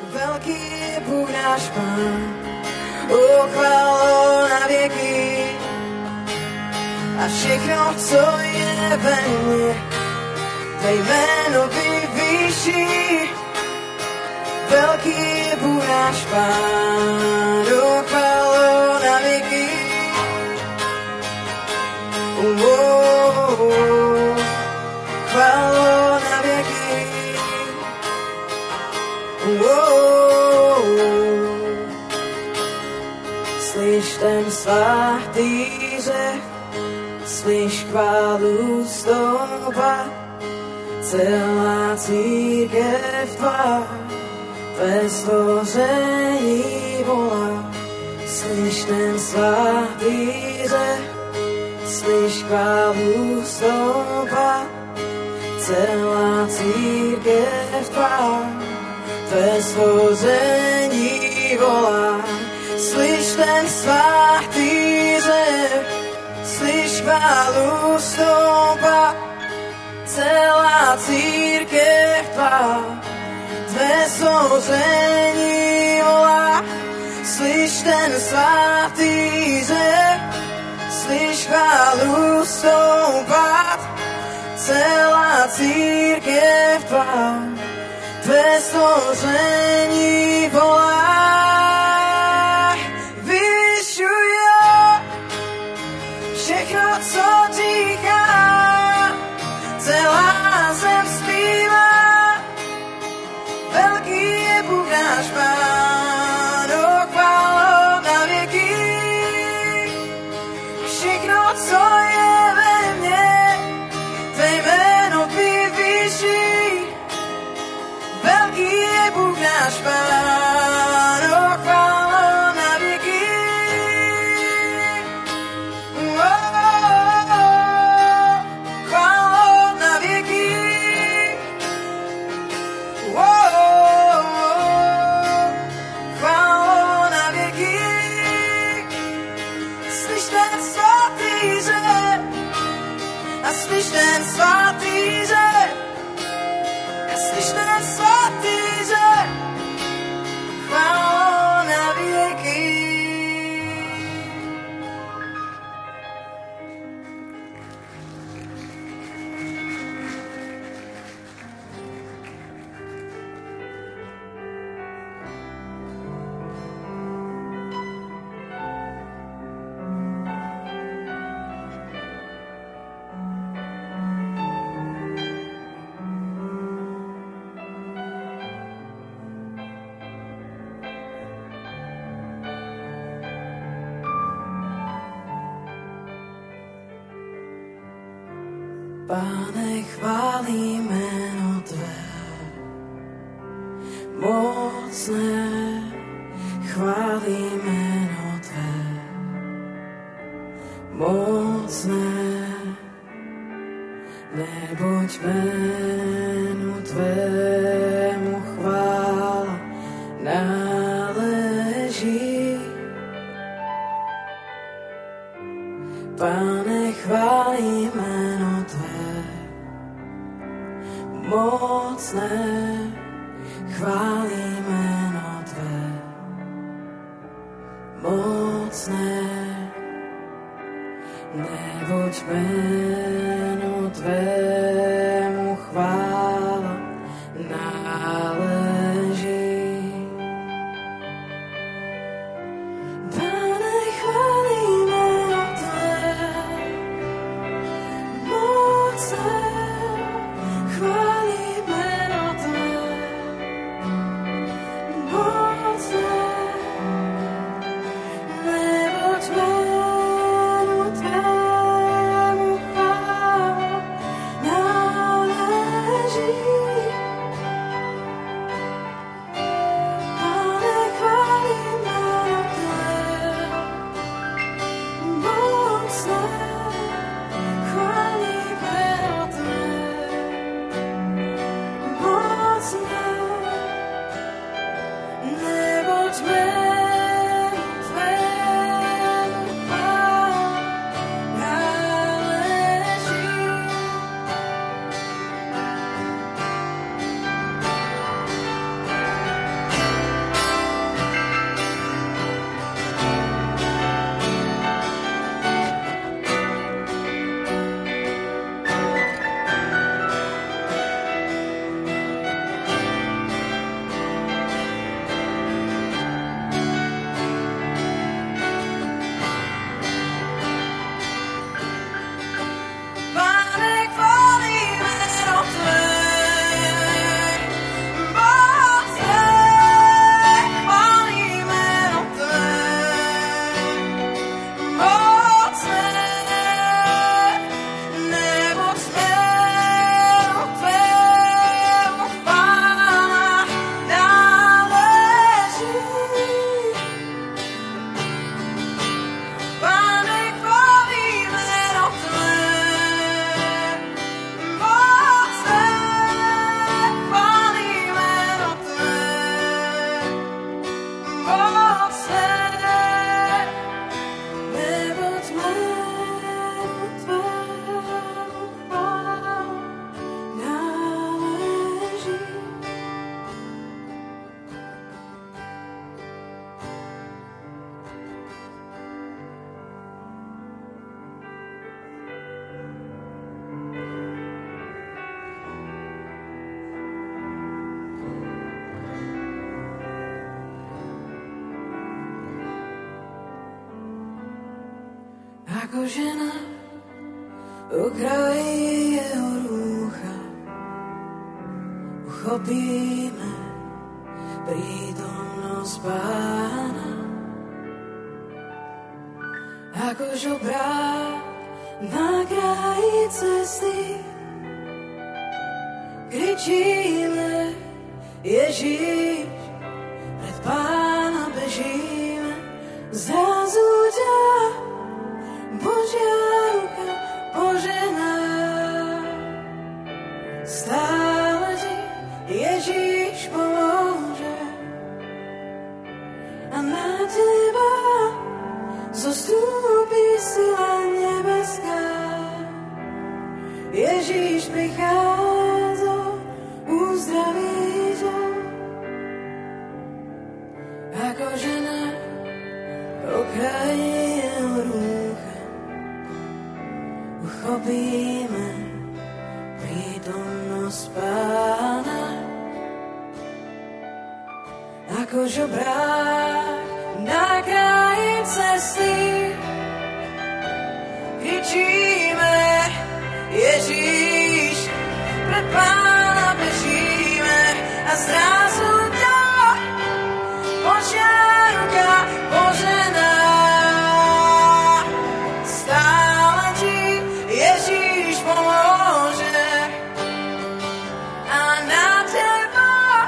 Veľký je Bůh náš Pán, chválo na věky. A všechno, co je ve mně, tvé jméno vyvýší. Veľký je Bůh náš Pán, chválo na věky. Chválo na věky. Slyš ten svatý řev, slyš chválu stoupat, celá církev tvá, tvé stvoření volá. Slyš ten svatý řev, slyš chválu stoupat, celá církev tvá, tvé stvoření volá. Slyš ten svatý řev, slyš chválu stoupat, celá církev tvá, tvé stvoření volá. Slyš ten svatý řev, slyš chválu stoupat, celá církev tvá, tvé stvoření volá. Všechno, co dýchá, celá zem zpívá. Velký je Bůh náš Pán, chválo na věky. Všechno, co je ve mně, tvé jméno vyvýší. Velký je Bůh náš Pán, chválo na věky. Slyš ten svatý řev, slyš ten svatý řev, chválo na věky. Pane, chválí jméno tvé, mocné, chválí jméno tvé, mocné, neboť jménu tvému chvála náleží. Pane, chválí jméno tvé, mocné, chválí jméno tvé, mocné, neboť jménu tvému chvála náleží. Pane, chválí jméno tvé, mocné, chválí jméno tvé, mocné, neboť jménu tvému chvála náleží. Ako žena u kraji jeho rúcha uchopíme prítomnosť Pána. Ako žobrák na kraji cesty kričíme Ježíš, pred Pána bežíme, zrazu ťa Božia ruka požená. Stále ti Ježíš pomôže a na teba zostúpi sila nebeská. Ježíš prichádza uzdraviť ťa. Ako žena okraji jeho rúcha uchopíme prítomnosť Pána. Ako žobrák na kraji cesty kričíme Ježíš, pred Pána bežíme a zrazu ťa Božia ruka požená. Stále ti Ježíš pomôže a na teba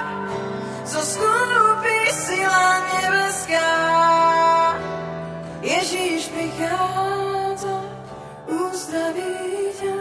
zoskúpi sila nebeská. Ježíš prichádza uzdraviť ťa.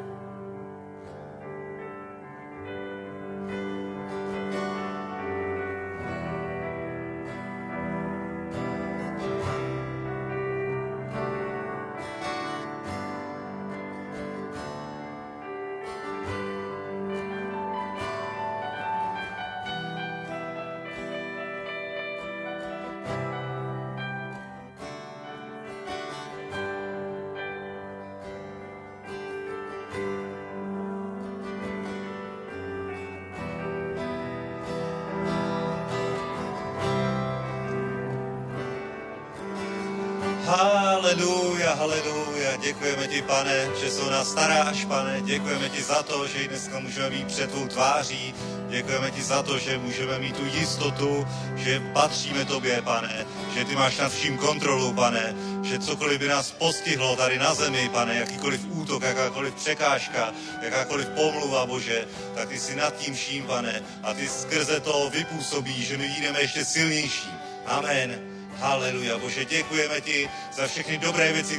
Haleluja, haleluja. Děkujeme ti, Pane, že se o nás staráš, Pane. Děkujeme ti za to, že dneska můžeme být před tvou tváří. Děkujeme ti za to, že můžeme mít tu jistotu, že patříme tobě, Pane. Že ty máš nad vším kontrolu, Pane. Že cokoliv by nás postihlo tady na zemi, Pane, jakýkoliv útok, jakákoliv překážka, jakákoliv pomluva, Bože, tak ty jsi nad tím vším, Pane. A ty skrze to vypůsobíš, že my vyjdeme ještě silnější. Amen. Haleluja, Bože, děkujeme ti za všechny dobré věci,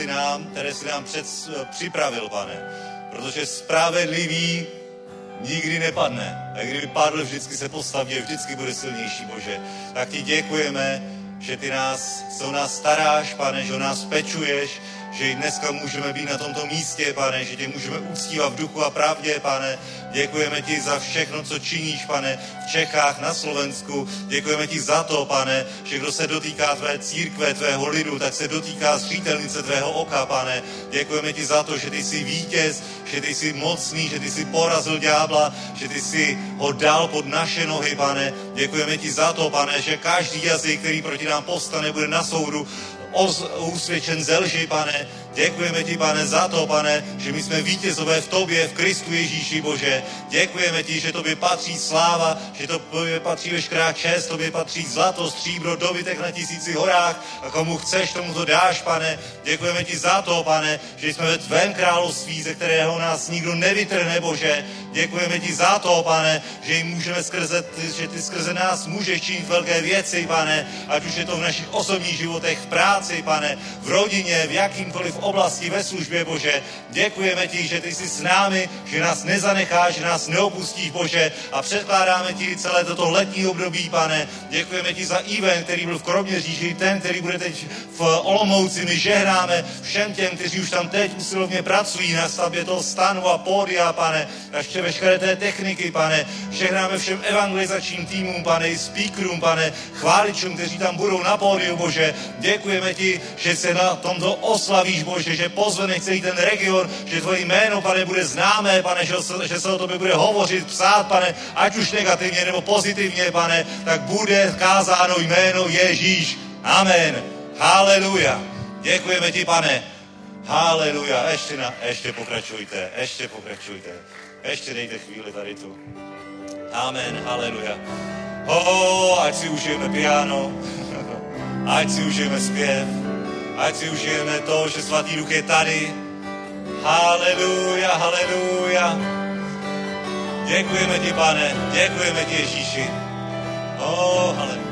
které jsi nám připravil, Pane. Protože spravedlivý nikdy nepadne. A kdyby padl, vždycky se postaví a vždycky bude silnější, Bože. Tak ti děkujeme, že ty se o nás staráš, Pane, že o nás pečuješ, že i dneska můžeme být na tomto místě, Pane, že tě můžeme uctívat v duchu a pravdě, Pane. Děkujeme ti za všechno, co činíš, Pane, v Čechách, na Slovensku. Děkujeme ti za to, Pane, že kdo se dotýká tvé církve, tvého lidu, tak se dotýká zřítelnice tvého oka, Pane. Děkujeme ti za to, že ty jsi vítěz, že ty jsi mocný, že ty jsi porazil ďábla, že ty jsi ho dal pod naše nohy, Pane. Děkujeme ti za to, Pane, že každý jazyk, který proti nám povstane, bude na soudu usvědčen ze lži, Pane. Děkujeme ti, Pane, za to, Pane, že my jsme vítězové v tobě, v Kristu Ježíši, Bože. Děkujeme ti, že tobě patří sláva, že tobě patří veškerá čest, tobě patří zlato, stříbro, dobytek na 1000 horách a komu chceš, tomu to dáš, Pane. Děkujeme ti za to, Pane, že jsme ve tvém království, ze kterého nás nikdo nevytrhne, Bože. Děkujeme ti za to, Pane, že jim můžeme že ty skrze nás můžeš činit velké věci, Pane, ať už je to v našich osobních životech, v práci, Pane, v rodině, v jakýmkoliv oblasti, ve službě, Bože. Děkujeme ti, že ty jsi s námi, že nás nezanecháš, že nás neopustíš, Bože, a předkládáme ti celé toto letní období, Pane. Děkujeme ti za event, který byl v Kroměříži, ten, který bude teď v Olomouci. My žehnáme všem těm, kteří už tam teď usilovně pracují na stavbě toho stanu a pódia, Pane, a ještě veškeré té techniky, Pane. Žehnáme všem evangelizačním týmům, Pane, i speakerům, Pane, chváličům, kteří tam budou na pódiu, Bože. Děkujeme ti, že se na tomto oslavíš, Bože, že pozveneš celý ten region, že tvoje jméno, Pane, bude známé, Pane, že se o tobě bude hovořit, psát, Pane, ať už negativně nebo pozitivně, Pane, tak bude kázáno jméno Ježíš. Amen. Haleluja. Děkujeme ti, Pane, Haleluja, ještě pokračujte. Ještě dejte chvíli tady tu. Amen, haleluja. Ať si užijeme piano, ať si užijeme zpěv, ať si užijeme to, že Svatý Duch je tady. Haleluja, haleluja. Děkujeme ti, Pane, děkujeme ti, Ježíši. Haleluja.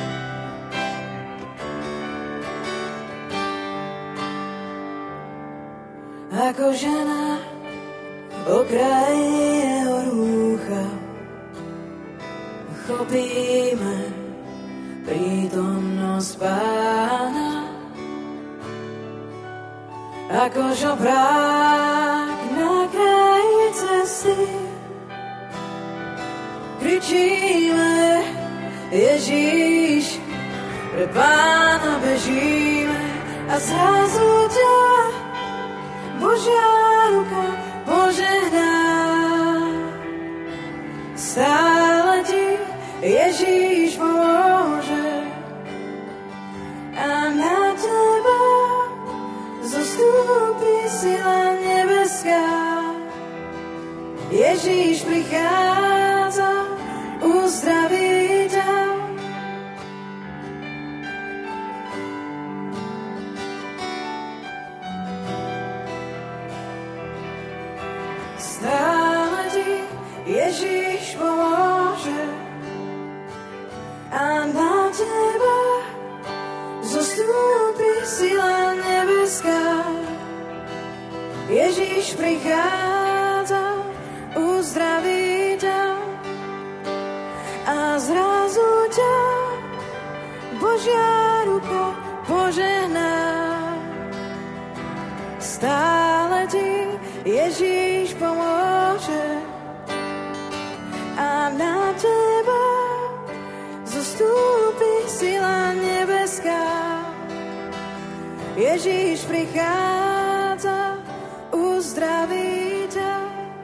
Ako žena okraji jeho rúcha chopíme prítomnosť Pána. Ako žobrák na kraji cesty kričíme Ježíš, pre Pána bežíme a zrazu ťa Božia ruka požehná. Stále ti Ježíš pomôže a na teba zostúpi sila nebeská. Ježíš prichádza, uzdraví ťa. Stále ti Ježíš pomôže a na teba zostúpi sila nebeská. Ježíš prichádza, uzdraví ťa a zrazu ťa Božia ruka požehná. Stále ti Ježíš pomôže a na teba zostúpi sila nebeská. Ježíš prichádza, uzdraví ťa.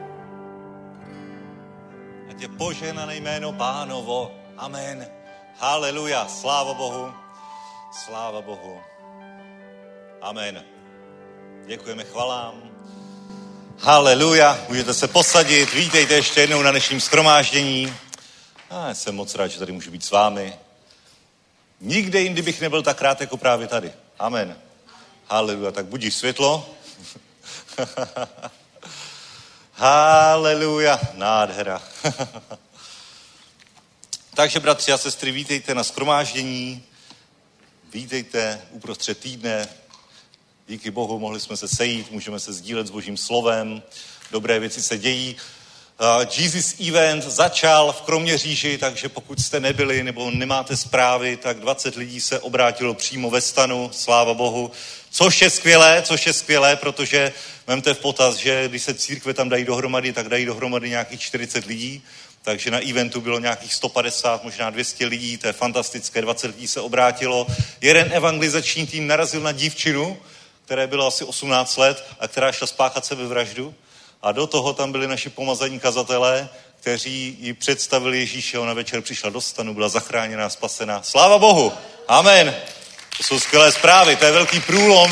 Ať je požehnané jméno Pánovo. Amen. Haleluja. Sláva Bohu. Sláva Bohu. Amen. Děkujeme, chvalám. Haleluja. Můžete se posadit. Vítejte ještě jednou na dnešním shromáždění. Jsem moc rád, že tady můžu být s vámi. Nikde jindy bych nebyl tak rád, jako právě tady. Amen. Haleluja. Tak budíš světlo. Haleluja. Nádhera. Takže, bratři a sestry, vítejte na shromáždění. Vítejte uprostřed týdne. Díky Bohu mohli jsme se sejít, můžeme se sdílet s Božím slovem. Dobré věci se dějí. Jesus Event začal v Kroměříži, takže pokud jste nebyli nebo nemáte zprávy, tak 20 lidí se obrátilo přímo ve stanu, sláva Bohu. Což je skvělé, protože vemte v potaz, že když se církve tam dají dohromady, tak dají dohromady nějakých 40 lidí. Takže na eventu bylo nějakých 150, možná 200 lidí, to je fantastické, 20 lidí se obrátilo. Jeden evangelizační tým narazil na dívčinu, které bylo asi 18 let a která šla spáchat sebevraždu. A do toho tam byli naši pomazaní kazatelé, kteří ji představili Ježíše. Ona večer přišla do stanu, byla zachráněná, spasená. Sláva Bohu! Amen! To jsou skvělé zprávy, to je velký průlom,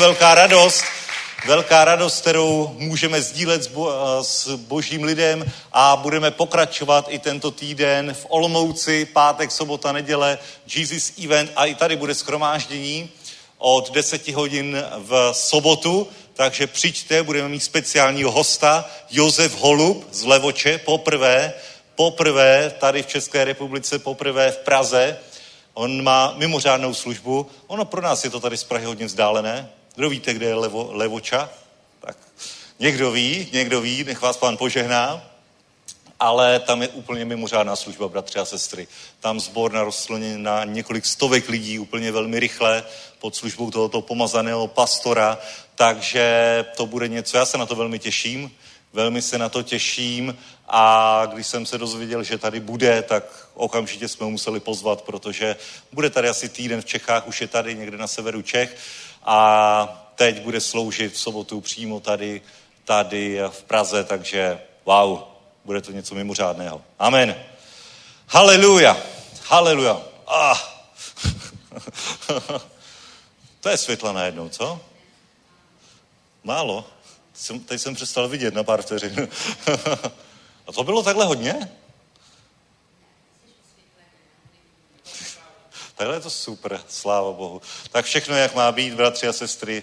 velká radost, kterou můžeme sdílet s božím lidem a budeme pokračovat i tento týden v Olomouci, pátek, sobota, neděle, Jesus Event a i tady bude shromáždění od 10 hodin v sobotu, takže přijďte, budeme mít speciálního hosta, Josef Holub z Levoče, poprvé tady v České republice, poprvé v Praze. On má mimořádnou službu. Ono pro nás je to tady z Prahy hodně vzdálené. Kdo víte, kde je Levoča? Tak někdo ví, nech vás Pán požehná. Ale tam je úplně mimořádná služba, bratři a sestry. Tam sbor narostl na několik stovek lidí úplně velmi rychle pod službou tohoto pomazaného pastora, takže to bude něco, já se na to velmi se na to těším a když jsem se dozvěděl, že tady bude, tak okamžitě jsme ho museli pozvat, protože bude tady asi týden v Čechách, už je tady někde na severu Čech a teď bude sloužit v sobotu přímo tady v Praze, takže wow. Bude to něco mimořádného. Amen. Haleluja. To je světla najednou, co? Málo. Teď jsem přestal vidět na pár vteřin. A to bylo takhle hodně? Takhle je to super, sláva Bohu. Tak všechno, jak má být, bratři a sestry.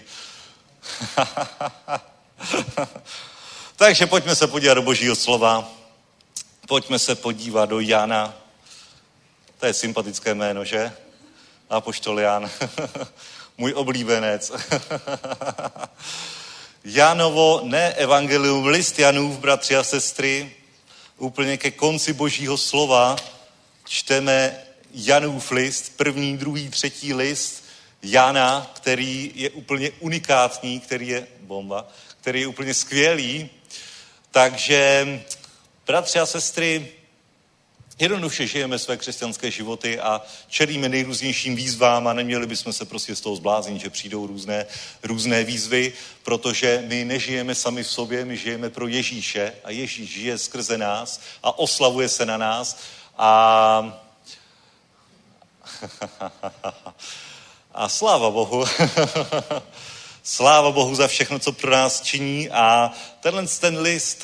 Takže pojďme se podívat do Božího slova. Pojďme se podívat do Jana. To je sympatické jméno, že? Apoštol Jan. Můj oblíbenec. Janovo, ne evangelium, list Janův, bratři a sestry. Úplně ke konci Božího slova čteme Janův list, 1., 2., 3. list Jana, který je úplně unikátní, který je bomba, který je úplně skvělý. Takže, bratři a sestry, jednoduše žijeme své křesťanské životy a čelíme nejrůznějším výzvám a neměli bychom se prostě z toho zbláznit, že přijdou různé výzvy, protože my nežijeme sami v sobě, my žijeme pro Ježíše a Ježíš žije skrze nás a oslavuje se na nás a sláva Bohu. Sláva Bohu za všechno, co pro nás činí a ten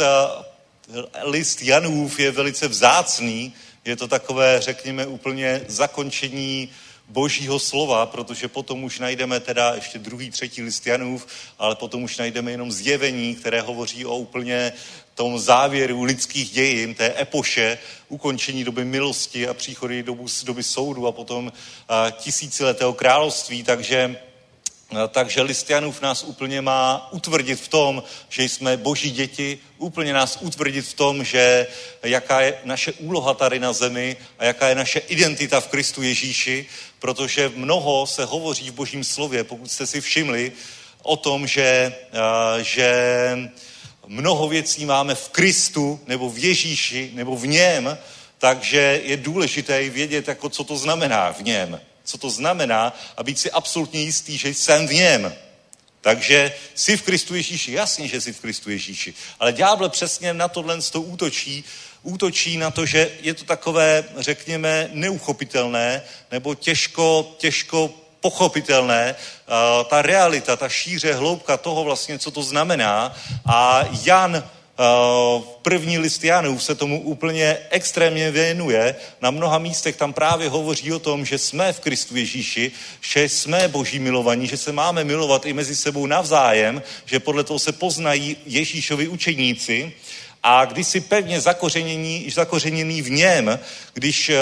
list Janův je velice vzácný. Je to takové, řekněme, úplně zakončení Božího slova, protože potom už najdeme teda ještě 2., 3. list Janův, ale potom už najdeme jenom zjevení, které hovoří o úplně tom závěru lidských dějin, té epoše, ukončení doby milosti a příchody doby soudu a potom tisíciletého království, takže list Janův nás úplně má utvrdit v tom, že jsme Boží děti, úplně nás utvrdit v tom, že jaká je naše úloha tady na zemi a jaká je naše identita v Kristu Ježíši, protože mnoho se hovoří v Božím slově, pokud jste si všimli, o tom, že mnoho věcí máme v Kristu nebo v Ježíši nebo v něm, takže je důležité vědět, jako co to znamená v něm. Co to znamená a být si absolutně jistý, že jsem v něm. Takže jsi v Kristu Ježíši, jasně, že jsi v Kristu Ježíši. Ale ďábel přesně na tohle útočí na to, že je to takové, řekněme, neuchopitelné nebo těžko pochopitelné, ta realita, ta šíře, hloubka toho vlastně, co to znamená. A Jan, první list Janův se tomu úplně extrémně věnuje. Na mnoha místech tam právě hovoří o tom, že jsme v Kristu Ježíši, že jsme Boží milovaní, že se máme milovat i mezi sebou navzájem, že podle toho se poznají Ježíšovi učeníci. A když jsi pevně zakořeněný v něm, když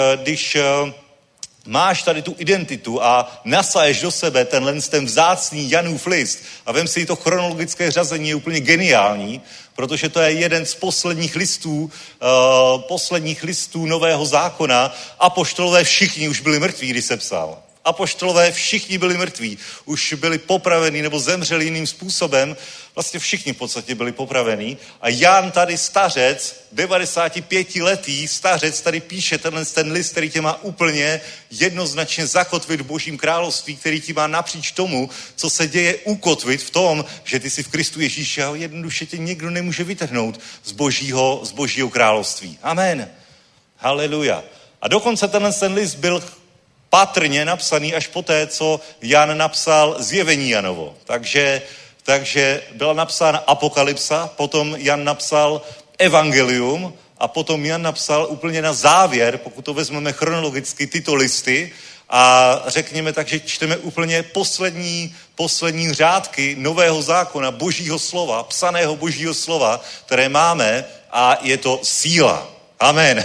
máš tady tu identitu a nasaješ do sebe ten vzácný Janův list a vem si to chronologické řazení je úplně geniální, protože to je jeden z posledních listů Nového zákona. Apoštolové všichni už byli mrtví, když se psal. Apoštolové všichni byli mrtví, už byli popraveni nebo zemřeli jiným způsobem. Vlastně všichni v podstatě byli popraveni. A Jan tady stařec, 95letý stařec, tady píše ten list, který tě má úplně jednoznačně zakotvit v Božím království, který ti má napříč tomu, co se děje, ukotvit v tom, že ty jsi v Kristu Ježíši a jednoduše tě nikdo nemůže vytrhnout z Božího království. Amen. Haleluja. A dokonce ten list byl patrně napsaný až poté, co Jan napsal Zjevení Janovo. Takže byla napsána Apokalypsa, potom Jan napsal Evangelium a potom Jan napsal úplně na závěr, pokud to vezmeme chronologicky, tyto listy a řekněme tak, že čteme úplně poslední řádky Nového zákona, Božího slova, psaného Božího slova, které máme a je to síla. Amen.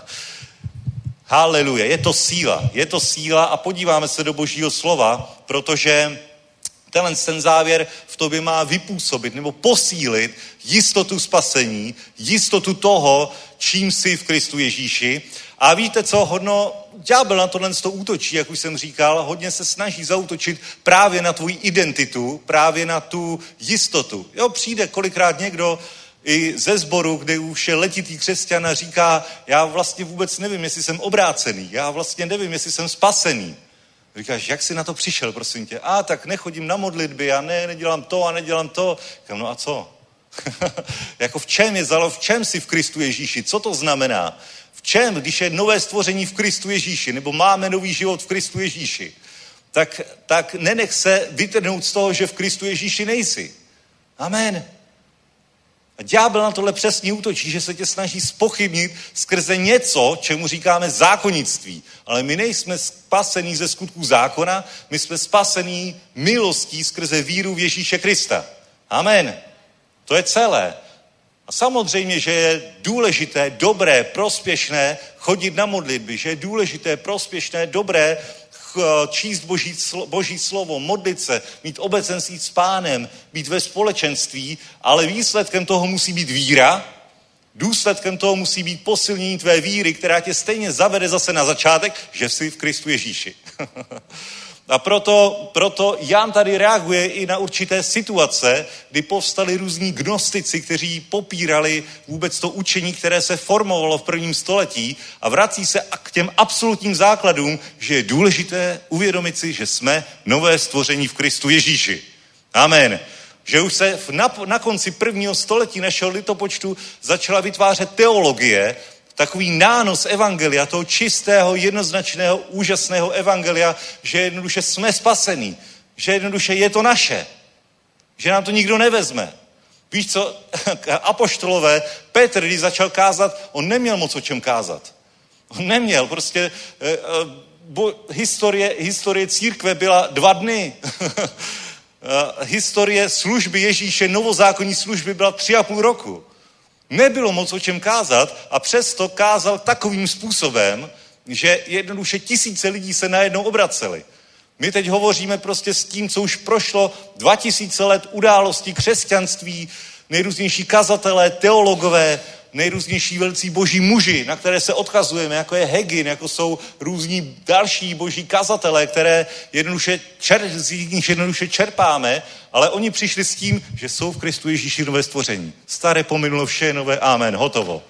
Haleluja, je to síla a podíváme se do Božího slova, protože ten závěr v tobě má vypůsobit nebo posílit jistotu spasení, jistotu toho, čím jsi v Kristu Ježíši. A víte co, ďábel na tohle útočí, jak už jsem říkal, hodně se snaží zaútočit právě na tvoji identitu, právě na tu jistotu. Jo, přijde kolikrát někdo i ze sboru, kde už je letitý křesťan a říká, já vlastně vůbec nevím, jestli jsem obrácený, já vlastně nevím, jestli jsem spasený. Říkáš, jak jsi na to přišel, prosím tě? Tak nechodím na modlitby, já nedělám to a nedělám to. Říkám, no a co? Jako v čem jsi v Kristu Ježíši? Co to znamená? V čem, když je nové stvoření v Kristu Ježíši, nebo máme nový život v Kristu Ježíši, tak nenech se vytrhnout z toho, že v Kristu Ježíši nejsi. Amen. A ďábel na tohle přesně útočí, že se tě snaží zpochybnit skrze něco, čemu říkáme zákonnictví. Ale my nejsme spasení ze skutků zákona, my jsme spasení milostí skrze víru v Ježíše Krista. Amen. To je celé. A samozřejmě, že je důležité, dobré, prospěšné chodit na modlitby, že je důležité, prospěšné, dobré číst Boží slovo, modlit se, mít obecenství s Pánem, být ve společenství, ale výsledkem toho musí být víra, důsledkem toho musí být posilnění tvé víry, která tě stejně zavede zase na začátek, že jsi v Kristu Ježíši. A proto Jan tady reaguje i na určité situace, kdy povstali různí gnostici, kteří popírali vůbec to učení, které se formovalo v prvním století a vrací se k těm absolutním základům, že je důležité uvědomit si, že jsme nové stvoření v Kristu Ježíši. Amen. Že už se na konci prvního století našeho litopočtu začala vytvářet teologie, takový nános evangelia, toho čistého, jednoznačného, úžasného evangelia, že jednoduše jsme spasení, že jednoduše je to naše, že nám to nikdo nevezme. Víš co, apoštolové, Petr, když začal kázat, on neměl moc o čem kázat. On neměl, prostě historie církve byla 2 dny. Historie služby Ježíše, novozákonní služby byla 3,5 roku. Nebylo moc o čem kázat a přesto kázal takovým způsobem, že jednoduše tisíce lidí se najednou obraceli. My teď hovoříme prostě s tím, co už prošlo 2000 let událostí křesťanství, nejrůznější kazatelé, teologové, nejrůznější velcí boží muži, na které se odkazujeme, jako je Hegin, jako jsou různí další boží kazatelé, které jednoduše čerpáme, ale oni přišli s tím, že jsou v Kristu Ježíši nové stvoření. Staré pominulo, vše je nové, amen, hotovo.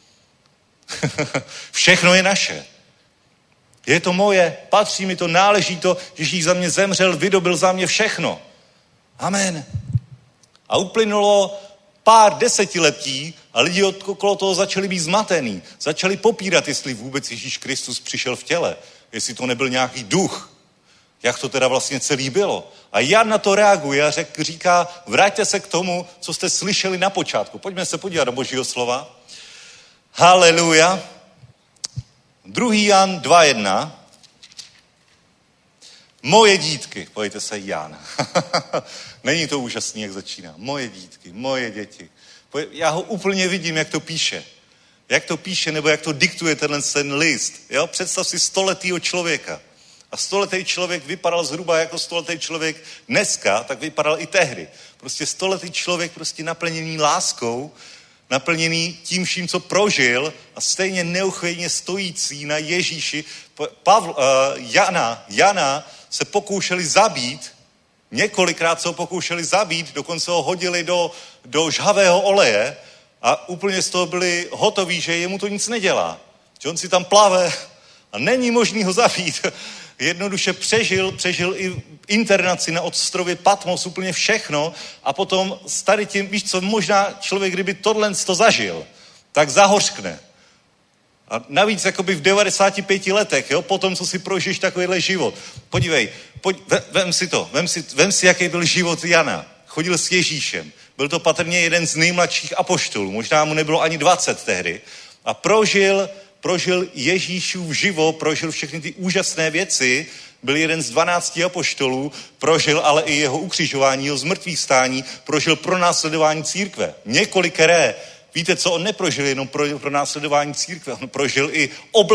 Všechno je naše. Je to moje, patří mi to, náleží to, Ježíš za mě zemřel, vydobil za mě všechno. Amen. A uplynulo pár desetiletí a lidi okolo toho začali být zmatený. Začali popírat, jestli vůbec Ježíš Kristus přišel v těle. Jestli to nebyl nějaký duch. Jak to teda vlastně celý bylo. A Jan na to reaguje a říká, vraťte se k tomu, co jste slyšeli na počátku. Pojďme se podívat do Božího slova. Haleluja. 2. Jan 2.1. Moje dítky, pojďte se Jan. Není to úžasný, jak začíná. Moje dítky, moje děti. Já ho úplně vidím, jak to píše. Jak to píše, nebo jak to diktuje ten list. Jo? Představ si 100letýho člověka. A 100letý člověk vypadal zhruba jako 100letý člověk dneska, tak vypadal i tehdy. Prostě 100letý člověk prostě naplněný láskou, naplněný tím vším, co prožil a stejně neuchvějně stojící na Ježíši. Jana se pokoušeli zabít, několikrát se ho pokoušeli zabít, dokonce ho hodili do žhavého oleje a úplně z toho byli hotoví, že jemu to nic nedělá. Že on si tam plave a není možný ho zabít. Jednoduše přežil i internaci na ostrově Patmos, úplně všechno a potom s tady tím, víš co, možná člověk, kdyby tohle to zažil, tak zahořkne. A navíc jakoby v 95 letech, jo, potom, co si prožiješ takovýhle život. Podívej, vem si, jaký byl život Jana. Chodil s Ježíšem. Byl to patrně jeden z nejmladších apoštolů. Možná mu nebylo ani 20 tehdy. A prožil Ježíšův život, prožil všechny ty úžasné věci, byl jeden z 12 apoštolů, prožil ale i jeho ukřižování, jeho zmrtvýchvstání, prožil pronásledování církve. Několikeré. Víte co, on neprožil jenom pronásledování církve, on prožil i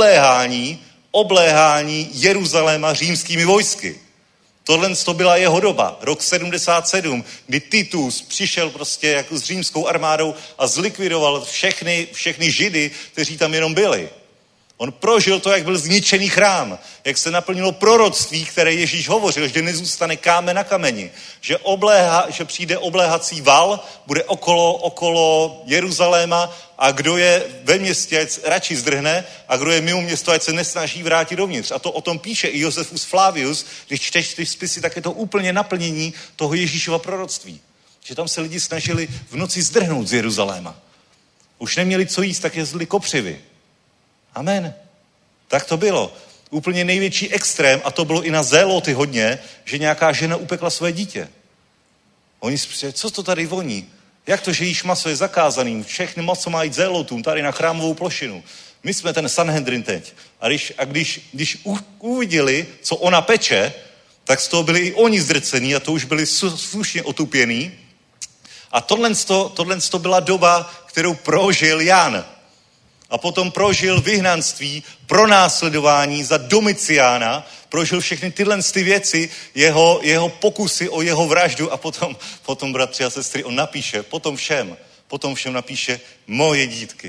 obléhání Jeruzaléma římskými vojsky. Tohle to byla jeho doba, rok 77, kdy Titus přišel prostě jako s římskou armádou a zlikvidoval všechny Židy, kteří tam jenom byli. On prožil to, jak byl zničený chrám, jak se naplnilo proroctví, které Ježíš hovořil, že nezůstane kámen na kameni, že přijde obléhací val, bude okolo Jeruzaléma a kdo je ve městě, ať radši zdrhne a kdo je mimo město, ať se nesnaží vrátit dovnitř. A to o tom píše i Josephus Flavius, když čteš ty spisy, tak je to úplně naplnění toho Ježíšova proroctví. Že tam se lidi snažili v noci zdrhnout z Jeruzaléma. Už neměli co jíst, tak jezdili kopřivy. Amen. Tak to bylo. Úplně největší extrém, a to bylo i na zéloty hodně, že nějaká žena upekla své dítě. Oni si co to tady voní? Jak to, že jíš maso je zakázaný? Všechny maso má jít zélotům tady na chrámovou plošinu. My jsme ten Sanhedrin teď. A když uviděli, co ona peče, tak z toho byli i oni zdrcení a to už byli slušně otupěný. A tohle byla doba, kterou prožil Jan. A potom prožil vyhnanství, pronásledování za Domiciána, prožil všechny tyhle věci, jeho pokusy o jeho vraždu a potom bratři a sestry, on napíše, potom všem napíše moje dítky,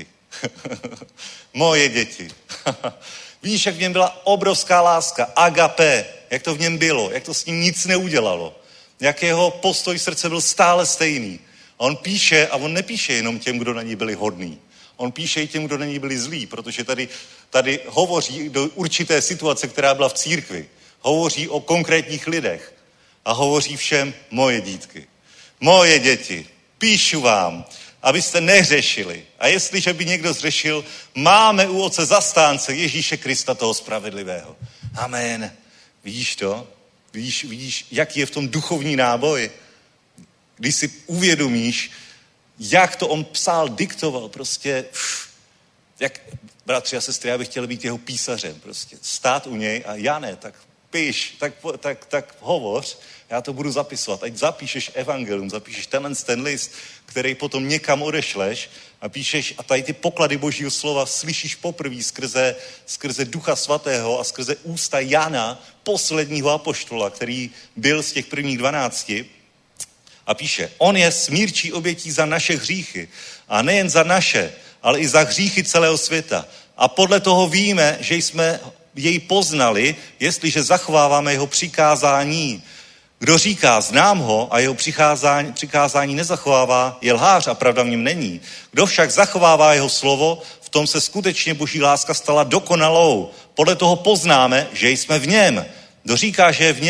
moje děti. Vidíš, jak v něm byla obrovská láska, agapé, jak to v něm bylo, jak to s ním nic neudělalo, jak jeho postoj srdce byl stále stejný. A on píše, a on nepíše jenom těm, kdo na ní byli hodní. On píše i těm, kdo na ní byli zlí, protože tady hovoří do určité situace, která byla v církvi. Hovoří o konkrétních lidech a hovoří všem moje dítky, moje děti. Píšu vám, abyste nehřešili. A jestliže by někdo zřešil, máme u Otce zastánce Ježíše Krista, toho spravedlivého. Amen. Vidíš to? Vidíš, jaký je v tom duchovní náboj? Když si uvědomíš, jak to on psal, diktoval, prostě, jak, bratři a sestry, já bych chtěl být jeho písařem, prostě, stát u něj a já ne, tak píš, tak hovoř, já to budu zapisovat, ať zapíšeš evangelium, zapíšeš ten list, který potom někam odešleš a píšeš a tady ty poklady Božího slova slyšíš poprvé skrze Ducha Svatého a skrze ústa Jana, posledního apoštola, který byl z těch prvních 12. A píše, on je smírčí obětí za naše hříchy. A nejen za naše, ale i za hříchy celého světa. A podle toho víme, že jsme jej poznali, jestliže zachováváme jeho přikázání. Kdo říká, znám ho a jeho přikázání nezachovává, je lhář a pravda v něm není. Kdo však zachovává jeho slovo, v tom se skutečně Boží láska stala dokonalou. Podle toho poznáme, že jsme v něm. Kdo říká, že v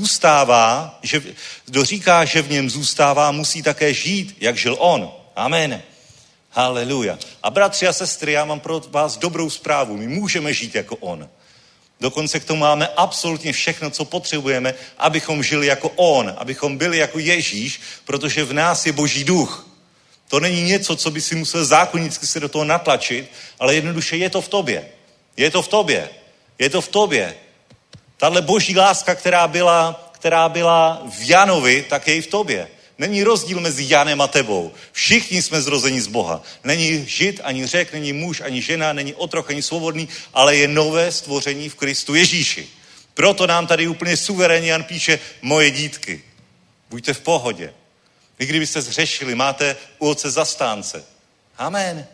něm zůstává, musí také žít, jak žil on. Amen. Haleluja. A bratři a sestry, já mám pro vás dobrou zprávu. My můžeme žít jako on. Dokonce k tomu máme absolutně všechno, co potřebujeme, abychom žili jako on, abychom byli jako Ježíš, protože v nás je Boží duch. To není něco, co by si musel zákonicky se do toho natlačit, ale jednoduše je to v tobě. Je to v tobě. Je to v tobě. Tahle Boží láska, která byla v Janovi, tak je i v tobě. Není rozdíl mezi Janem a tebou. Všichni jsme zrozeni z Boha. Není Žid, ani Řek, není muž, ani žena, není otrok, ani svobodný, ale je nové stvoření v Kristu Ježíši. Proto nám tady úplně suverénně Jan píše, moje dítky, buďte v pohodě. Vy kdybyste zhřešili, máte u Otce zastánce. Amen.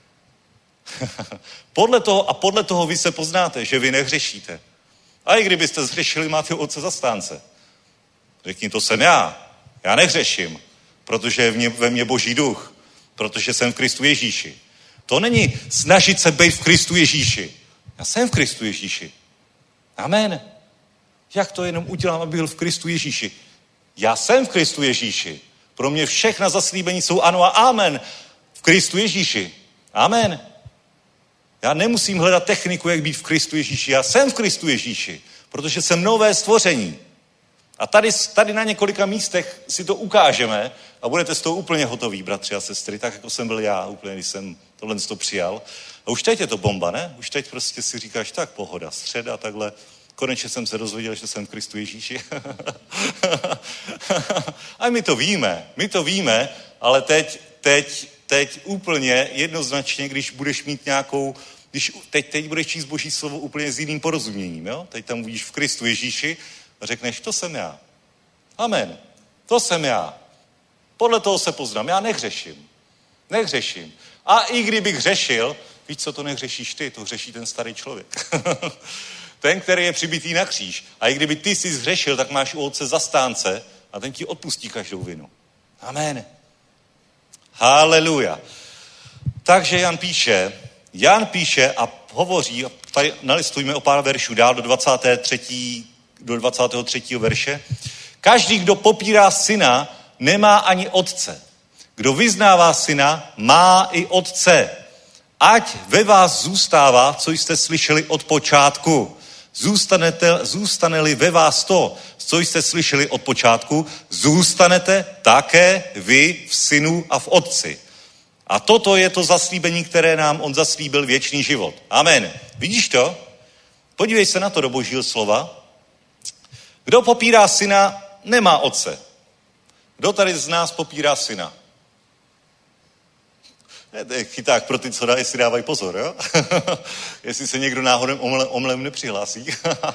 podle toho vy se poznáte, že vy nehřešíte. A i kdybyste zhřešili, máte u Otce zastánce. Řekni, to jsem já. Já nehřeším, protože je ve mně Boží duch, protože jsem v Kristu Ježíši. To není snažit se být v Kristu Ježíši. Já jsem v Kristu Ježíši. Amen. Jak to jenom udělám, aby byl v Kristu Ježíši? Já jsem v Kristu Ježíši. Pro mě všechna zaslíbení jsou ano a amen. V Kristu Ježíši. Amen. Já nemusím hledat techniku, jak být v Kristu Ježíši. Já jsem v Kristu Ježíši, protože jsem nové stvoření. A tady na několika místech si to ukážeme a budete z toho úplně hotoví, bratři a sestry, tak jako jsem byl já úplně, když jsem tohle přijal. A už teď je to bomba, ne? Už teď prostě si říkáš, tak pohoda, středa, takhle. Konečně jsem se dozvěděl, že jsem v Kristu Ježíši. A my to víme, ale teď úplně jednoznačně, když budeš mít nějakou, teď budeš číst Boží slovo úplně s jiným porozuměním, jo? Teď tam uvidíš v Kristu Ježíši a řekneš, to jsem já. Amen. To jsem já. Podle toho se poznám. Já nehřeším. A i kdybych hřešil, víš co, to nehřešíš ty, to hřeší ten starý člověk. Ten, který je přibitý na kříž. A i kdyby ty jsi zhřešil, tak máš u Otce zastánce a ten ti odpustí každou vinu. Amen. Haleluja. Takže Jan píše a hovoří, tady nalistujme o pár veršů dál do 23. verše. Každý, kdo popírá syna, nemá ani otce. Kdo vyznává syna, má i otce. Ať ve vás zůstává, co jste slyšeli od počátku. Zůstane-li ve vás to, co jste slyšeli od počátku, zůstanete také vy v Synu a v Otci. A toto je to zaslíbení, které nám on zaslíbil, věčný život. Amen. Vidíš to? Podívej se na to do Božího slova. Kdo popírá Syna, nemá Otce. Kdo tady z nás popírá Syna? To je chyták pro ty, co si dávají pozor, jo? Jestli se někdo náhodou omylem nepřihlásí.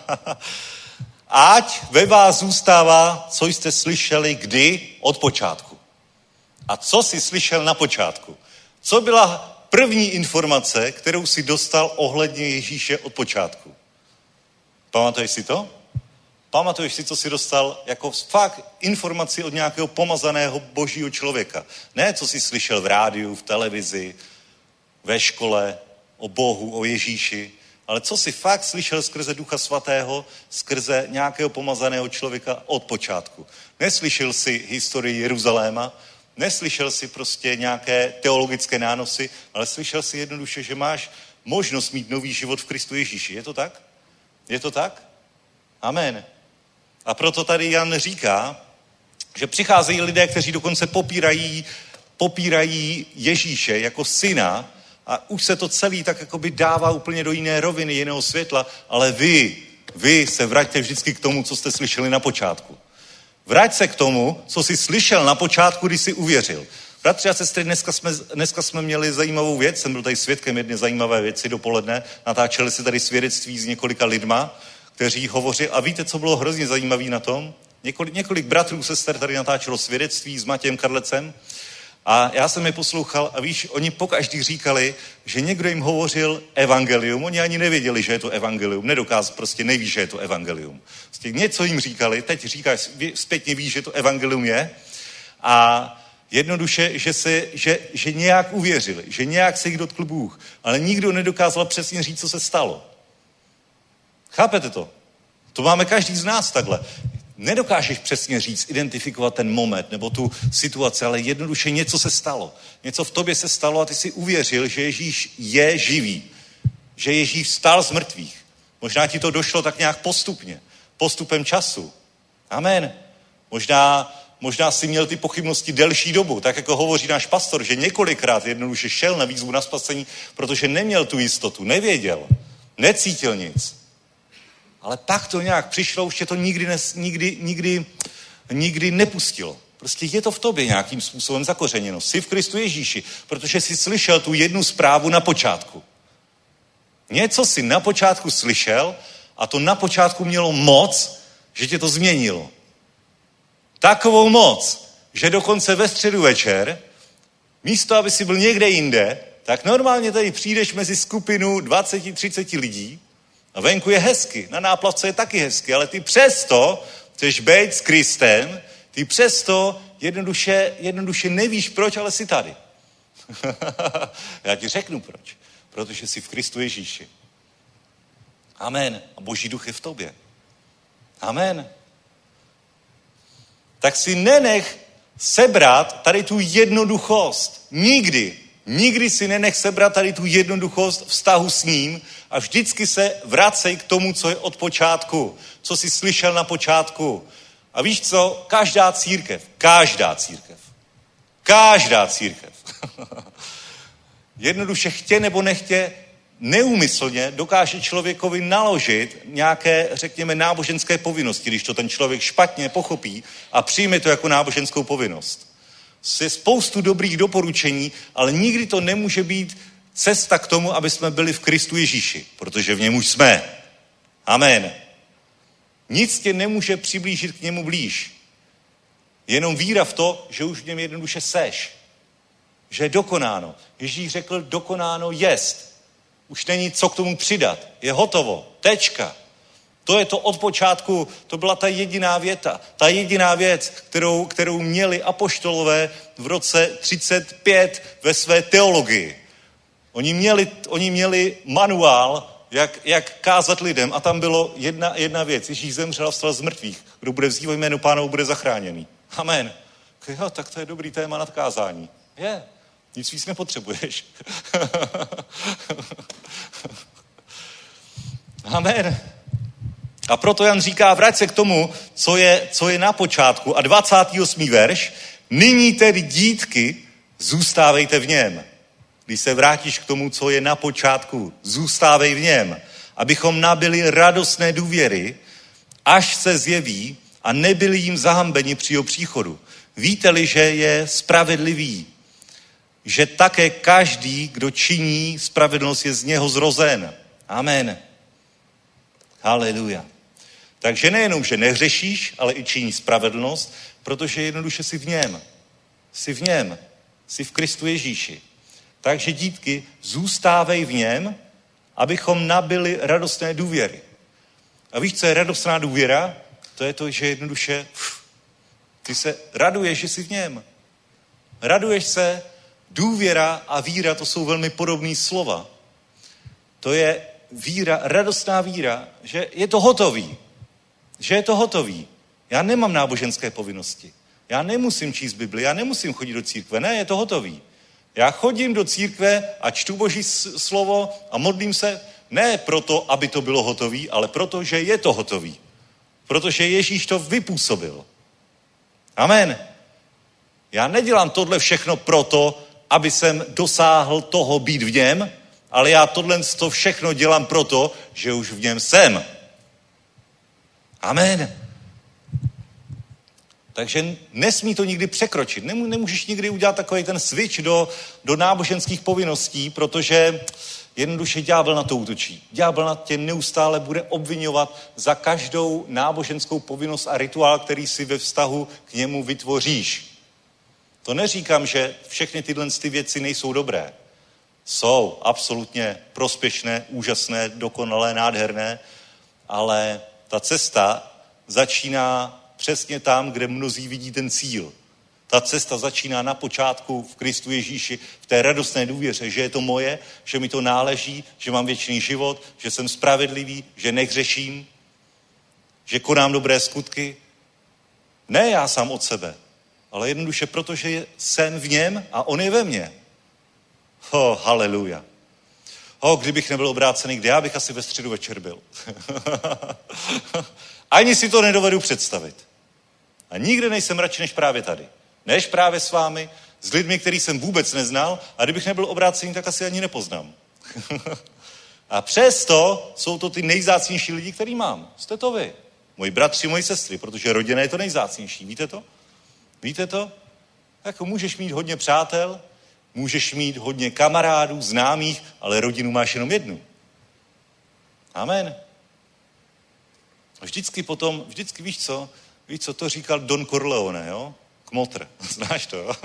Ať ve vás zůstává, co jste slyšeli kdy od počátku. A co jsi slyšel na počátku? Co byla první informace, kterou jsi dostal ohledně Ježíše od počátku? Pamatuješ si to? Pamatuješ si, co jsi dostal jako fakt informaci od nějakého pomazaného božího člověka? Ne, co jsi slyšel v rádiu, v televizi, ve škole, o Bohu, o Ježíši, ale co jsi fakt slyšel skrze Ducha Svatého, skrze nějakého pomazaného člověka od počátku. Neslyšel jsi historii Jeruzaléma, neslyšel jsi prostě nějaké teologické nánosy, ale slyšel jsi jednoduše, že máš možnost mít nový život v Kristu Ježíši. Je to tak? Je to tak? Amen. A proto tady Jan říká, že přicházejí lidé, kteří dokonce popírají Ježíše jako syna a už se to celý tak jakoby dává úplně do jiné roviny, jiného světla, ale vy se vraťte vždycky k tomu, co jste slyšeli na počátku. Vrať se k tomu, co jsi slyšel na počátku, když jsi uvěřil. Bratři a sestry, dneska jsme měli zajímavou věc, jsem byl tady svědkem jedné zajímavé věci dopoledne, natáčeli si tady svědectví s několika lidma, kteří hovoří, a víte, co bylo hrozně zajímavé na tom? Několik bratrů, sester tady natáčelo svědectví s Matějem Karlecem a já jsem je poslouchal a víš, oni pokaždý říkali, že někdo jim hovořil evangelium, oni ani nevěděli, že je to evangelium, prostě neví, že je to evangelium. Prostě něco jim říkali, teď říkáš, zpětně víš, že to evangelium je a jednoduše, že nějak uvěřili, že nějak se jich dotkl Bůh, ale nikdo nedokázal přesně říct, co se stalo. Chápete to? To máme každý z nás takhle. Nedokážeš přesně říct, identifikovat ten moment nebo tu situaci, ale jednoduše něco se stalo. Něco v tobě se stalo a ty si uvěřil, že Ježíš je živý. Že Ježíš vstal z mrtvých. Možná ti to došlo tak nějak postupem času. Amen. Možná si měl ty pochybnosti delší dobu, tak jako hovoří náš pastor, že několikrát jednoduše šel na výzvu na spasení, protože neměl tu jistotu, nevěděl, necítil nic. Ale pak to nějak přišlo, už tě to nikdy nepustilo. Prostě je to v tobě nějakým způsobem zakořeněno. Jsi v Kristu Ježíši, protože jsi slyšel tu jednu zprávu na počátku. Něco jsi na počátku slyšel a to na počátku mělo moc, že tě to změnilo. Takovou moc, že dokonce ve středu večer, místo, aby si byl někde jinde, tak normálně tady přijdeš mezi skupinu 20-30 lidí a venku je hezky, na náplavce je taky hezky, ale ty přesto chceš být s Kristem, ty přesto jednoduše nevíš proč, ale jsi tady. Já ti řeknu proč. Protože jsi v Kristu Ježíši. Amen. A Boží duch je v tobě. Amen. Tak si nenech sebrat tady tu jednoduchost. Nikdy si nenech sebrat tady tu jednoduchost vztahu s ním a vždycky se vracej k tomu, co je od počátku, co jsi slyšel na počátku. A víš co? Každá církev. Jednoduše chtě nebo nechtě, neúmyslně dokáže člověkovi naložit nějaké, řekněme, náboženské povinnosti, když to ten člověk špatně pochopí a přijme to jako náboženskou povinnost. Je spoustu dobrých doporučení, ale nikdy to nemůže být cesta k tomu, aby jsme byli v Kristu Ježíši, protože v něm už jsme. Amen. Nic tě nemůže přiblížit k němu blíž. Jenom víra v to, že už v něm jednoduše seš. Že je dokonáno. Ježíš řekl, dokonáno jest. Už není co k tomu přidat. Je hotovo. Tečka. To je to od počátku, to byla ta jediná věta. Ta jediná věc, kterou měli apoštolové v roce 35 ve své teologii. Oni měli manuál, jak kázat lidem a tam bylo jedna věc. Ježíš zemřel a vstal z mrtvých. Kdo bude vzývat jméno Pánovo, bude zachráněný. Amen. Jo, tak to je dobrý téma nad kázání. Je. Nic víc nepotřebuješ. Amen. A proto Jan říká, vrať se k tomu, co je na počátku. A 28. verš, nyní tedy dítky, zůstávejte v něm. Když se vrátíš k tomu, co je na počátku, zůstávej v něm, abychom nabyli radostné důvěry, až se zjeví a nebyli jim zahambeni při jeho příchodu. Víte-li, že je spravedlivý, že také každý, kdo činí spravedlnost, je z něho zrozen. Amen. Haleluja. Takže nejenom, že nehřešíš, ale i činí spravedlnost, protože jednoduše jsi v něm. Jsi v něm. Jsi v Kristu Ježíši. Takže dítky, zůstávej v něm, abychom nabyli radostné důvěry. A víš, co je radostná důvěra? To je to, že jednoduše ty se raduješ, že jsi v něm. Raduješ se, důvěra a víra, to jsou velmi podobné slova. To je víra, radostná víra, že je to hotový. Že je to hotový. Já nemám náboženské povinnosti. Já nemusím číst Bibli, já nemusím chodit do církve. Ne, je to hotový. Já chodím do církve a čtu Boží slovo a modlím se ne proto, aby to bylo hotový, ale proto, že je to hotový. Protože Ježíš to vypůsobil. Amen. Já nedělám tohle všechno proto, aby jsem dosáhl toho být v něm, ale já tohle všechno dělám proto, že už v něm jsem. Amen. Takže nesmí to nikdy překročit. Nemůžeš nikdy udělat takový ten switch do náboženských povinností, protože jednoduše ďábel na to útočí. Ďábel na tě neustále bude obvinovat za každou náboženskou povinnost a rituál, který si ve vztahu k němu vytvoříš. To neříkám, že všechny tyhle věci nejsou dobré. Jsou absolutně prospěšné, úžasné, dokonalé, nádherné, ale ta cesta začíná přesně tam, kde mnozí vidí ten cíl. Ta cesta začíná na počátku v Kristu Ježíši, v té radostné důvěře, že je to moje, že mi to náleží, že mám věčný život, že jsem spravedlivý, že nehřeším, že konám dobré skutky. Ne já sám od sebe, ale jednoduše proto, že jsem v něm a on je ve mně. Haleluja. Kdybych nebyl obrácený, kde já bych asi ve středu večer byl. Ani si to nedovedu představit. A nikde nejsem radši než právě tady. Než právě s vámi, s lidmi, který jsem vůbec neznal, a kdybych nebyl obrácený, tak asi ani nepoznám. A přesto jsou to ty nejvzácnější lidi, který mám. Jste to vy. Moji bratři, moji sestry, protože rodina je to nejvzácnější. Víte to? Víte to? Jako můžeš mít hodně přátel, můžeš mít hodně kamarádů, známých, ale rodinu máš jenom jednu. Amen. Vždycky víš co, to říkal Don Corleone, jo? Kmotr, znáš to, jo?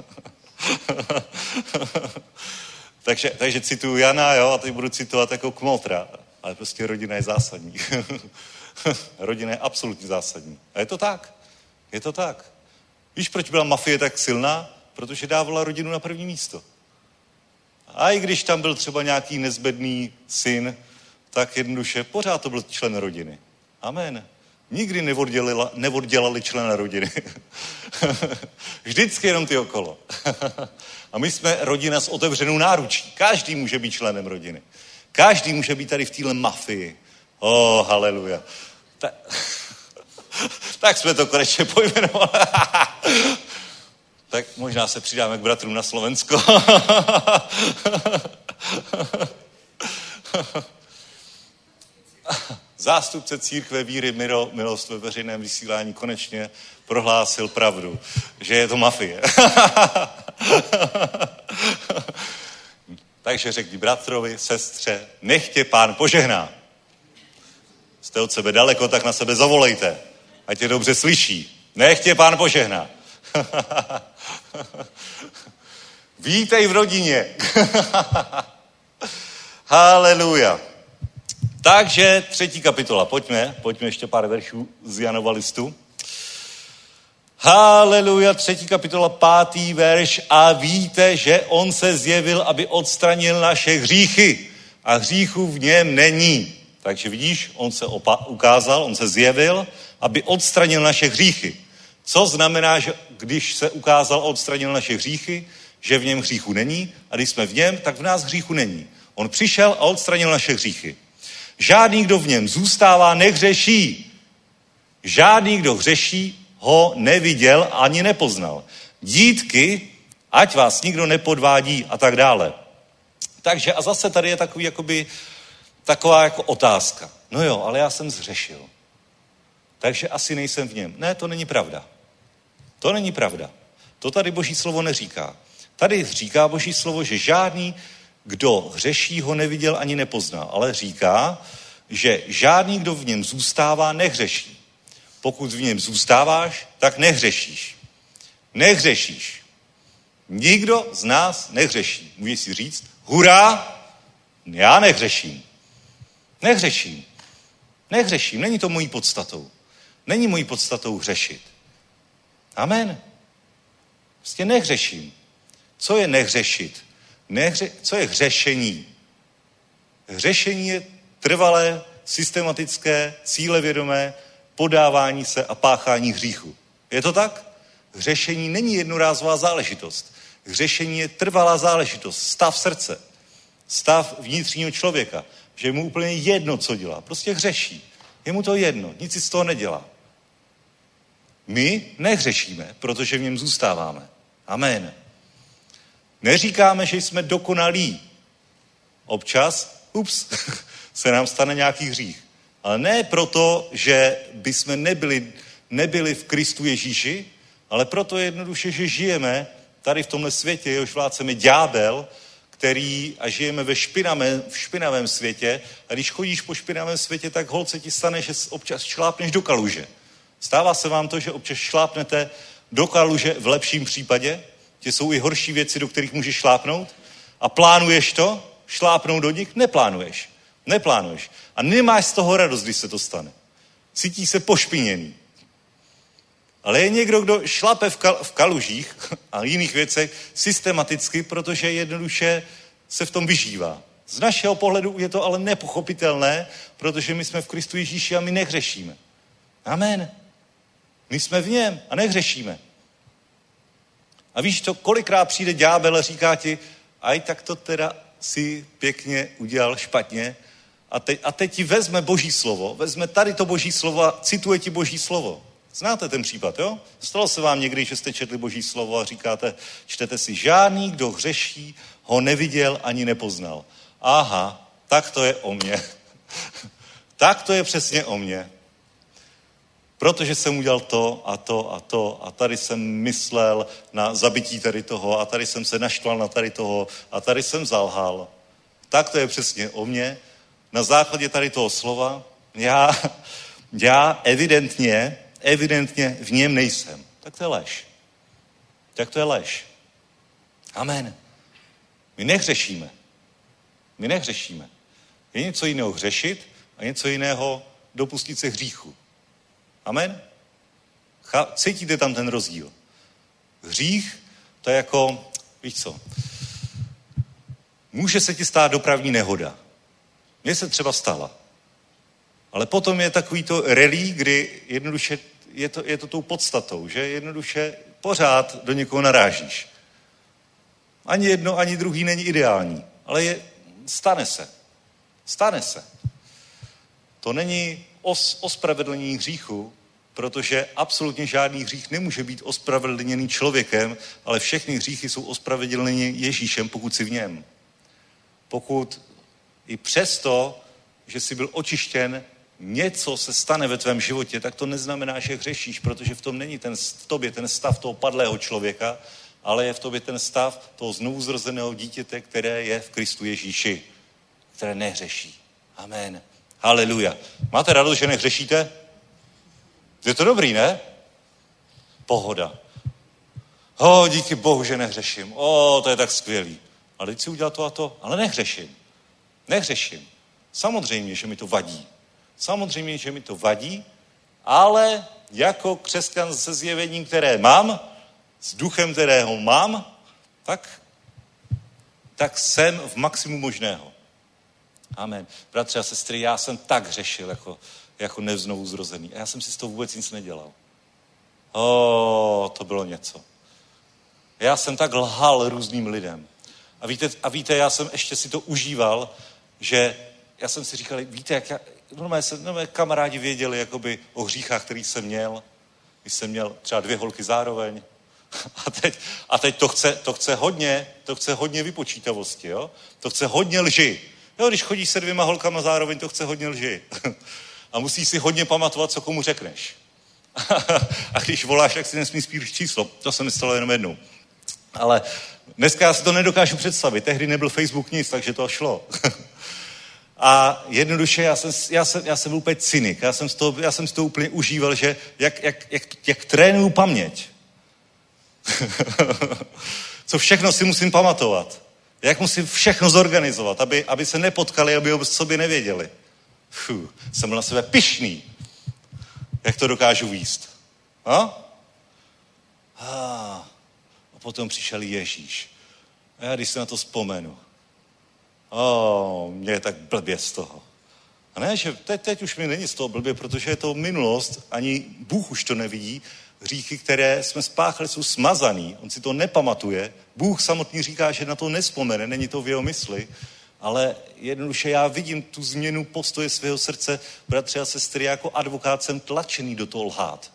takže cituju Jana, jo, a teď budu citovat jako Kmotra, ale prostě rodina je zásadní. Rodina je absolutně zásadní. A je to tak. Je to tak. Víš, proč byla mafie tak silná? Protože dávala rodinu na první místo. A i když tam byl třeba nějaký nezbedný syn, tak jednoduše pořád to byl člen rodiny. Amen. Nikdy neoddělali člena rodiny. Vždycky jenom ty okolo. A my jsme rodina s otevřenou náručí. Každý může být členem rodiny. Každý může být tady v téhle mafii. Haleluja. Tak jsme to konečně pojmenovali. Tak možná se přidáme k bratrům na Slovensko. Zástupce církve víry Milost ve veřejném vysílání konečně prohlásil pravdu, že je to mafie. Takže řekni bratrovi, sestře, nech tě Pán požehná. Jste od sebe daleko, tak na sebe zavolejte. Ať tě dobře slyší. Nech tě Pán požehná. Vítej v rodině. Haleluja. Takže 3. kapitola. Pojďme ještě pár veršů z Janova listu. Haleluja, 3. kapitola, 5. verš. A víte, že on se zjevil, aby odstranil naše hříchy. A hříchu v něm není. Takže vidíš, on se ukázal, on se zjevil, aby odstranil naše hříchy. Co znamená, že když se ukázal a odstranil naše hříchy, že v něm hříchu není, a když jsme v něm, tak v nás hříchu není. On přišel a odstranil naše hříchy. Žádný, kdo v něm zůstává, nehřeší. Žádný, kdo hřeší, ho neviděl ani nepoznal. Dítky, ať vás nikdo nepodvádí a tak dále. Takže a zase tady je taková jako otázka. No jo, ale já jsem zhřešil. Takže asi nejsem v něm. Ne, to není pravda. To není pravda. To tady Boží slovo neříká. Tady říká Boží slovo, že žádný, kdo hřeší, ho neviděl ani nepoznal. Ale říká, že žádný, kdo v něm zůstává, nehřeší. Pokud v něm zůstáváš, tak nehřešíš. Nehřešíš. Nikdo z nás nehřeší. Můžeš si říct, hurá, já nehřeším. Nehřeším. Nehřeším. Není to mojí podstatou. Není mojí podstatou hřešit. Amen. Prostě nehřeším. Co je nehřešit? Co je hřešení? Hřešení je trvalé, systematické, cílevědomé podávání se a páchání hříchu. Je to tak? Hřešení není jednorázová záležitost. Hřešení je trvalá záležitost, stav srdce, stav vnitřního člověka, že je mu úplně jedno, co dělá. Prostě hřeší. Je mu to jedno, nic si z toho nedělá. My nehřešíme, protože v něm zůstáváme. Amen. Neříkáme, že jsme dokonalí. Občas, se nám stane nějaký hřích. Ale ne proto, že bychom nebyli v Kristu Ježíši, ale proto jednoduše, že žijeme tady v tomhle světě, jehož vládcem je ďábel, a žijeme v špinavém světě. A když chodíš po špinavém světě, tak holt se ti stane, že občas šlápneš do kaluže. Stává se vám to, že občas šlápnete do kaluže v lepším případě, že jsou i horší věci, do kterých můžeš šlápnout a plánuješ to, šlápnout do nich, neplánuješ. A nemáš z toho radost, když se to stane. Cítí se pošpiněný. Ale je někdo, kdo šlape v kalužích a jiných věcech systematicky, protože jednoduše se v tom vyžívá. Z našeho pohledu je to ale nepochopitelné, protože my jsme v Kristu Ježíši a my nehřešíme. Amen. My jsme v něm a nehřešíme. A víš to, kolikrát přijde ďábel a říká ti, aj tak to teda si pěkně udělal špatně a teď ti vezme Boží slovo, vezme tady to Boží slovo a cituje ti Boží slovo. Znáte ten případ, jo? Stalo se vám někdy, že jste četli Boží slovo a říkáte, čtete si, žádný, kdo hřeší, ho neviděl ani nepoznal. Aha, tak to je o mně. Tak to je přesně o mně. Protože jsem udělal to a to a to a tady jsem myslel na zabití tady toho a tady jsem se naštval na tady toho a tady jsem zalhal. Tak to je přesně o mně. Na základě tady toho slova já evidentně v něm nejsem. Tak to je lež. Tak to je lež. Amen. My nehřešíme. Je něco jiného hřešit a něco jiného dopustit se hříchu. Amen? Cítíte tam ten rozdíl? Hřích, to je jako, víš co, může se ti stát dopravní nehoda. Mně se třeba stala. Ale potom je takový to rally, kdy jednoduše je to tou podstatou, že jednoduše pořád do někoho narážíš. Ani jedno, ani druhý není ideální, ale stane se. To není ospravedlnění hříchu, protože absolutně žádný hřích nemůže být ospravedlněný člověkem, ale všechny hříchy jsou ospravedlněny Ježíšem, pokud jsi v něm. Pokud i přesto, že jsi byl očištěn, něco se stane ve tvém životě, tak to neznamená, že hřešíš, protože v tom není v tobě ten stav toho padlého člověka, ale je v tobě ten stav toho znovuzrozeného dítěte, které je v Kristu Ježíši, které nehřeší. Amen. Haleluja. Máte radost, že nehřešíte? Je to dobrý, ne? Pohoda. Díky Bohu, že nehřeším. To je tak skvělý. Ale teď si udělal to a to. Ale nehřeším. Samozřejmě, že mi to vadí. Ale jako křesťan se zjevením, které mám, s duchem, kterého mám, tak jsem v maximu možného. Amen. Bratři a sestry, já jsem tak hřešil jako neznovu zrozený. A já jsem si z toho vůbec nic nedělal. To bylo něco. Já jsem tak lhal různým lidem. A víte, já jsem ještě si to užíval, že já jsem si říkal, víte, normálně kamarádi věděli jakoby o hříchách, který jsem měl, když jsem měl třeba 2 holky zároveň. A teď to chce hodně vypočítavosti, jo? To chce hodně lži. Jo, když chodíš se 2 holkama zároveň, to chce hodně lži. A musíš si hodně pamatovat, co komu řekneš. A když voláš, tak si nesmí spíš číslo. To se mi stalo jenom jednou. Ale dneska já si to nedokážu představit. Tehdy nebyl Facebook nic, takže to šlo. A jednoduše já jsem byl úplně cynik. Já jsem z toho úplně užíval, že jak trénuju paměť. Co všechno si musím pamatovat. Jak musím všechno zorganizovat, aby se nepotkali, aby o sobě nevěděli. Jsem byl na sebe pyšný. Jak to dokážu víst. A potom přišel Ježíš. A já když se na to vzpomenu. Mě je tak blbě z toho. A ne, že teď už mi není z toho blbě, protože je to minulost, ani Bůh už to nevidí. Hříchy, které jsme spáchali, jsou smazaný. On si to nepamatuje. Bůh samotný říká, že na to nespomene, není to v jeho mysli. Ale jednoduše já vidím tu změnu postoje svého srdce, bratři a sestry, jako advokát jsem tlačený do toho lhát.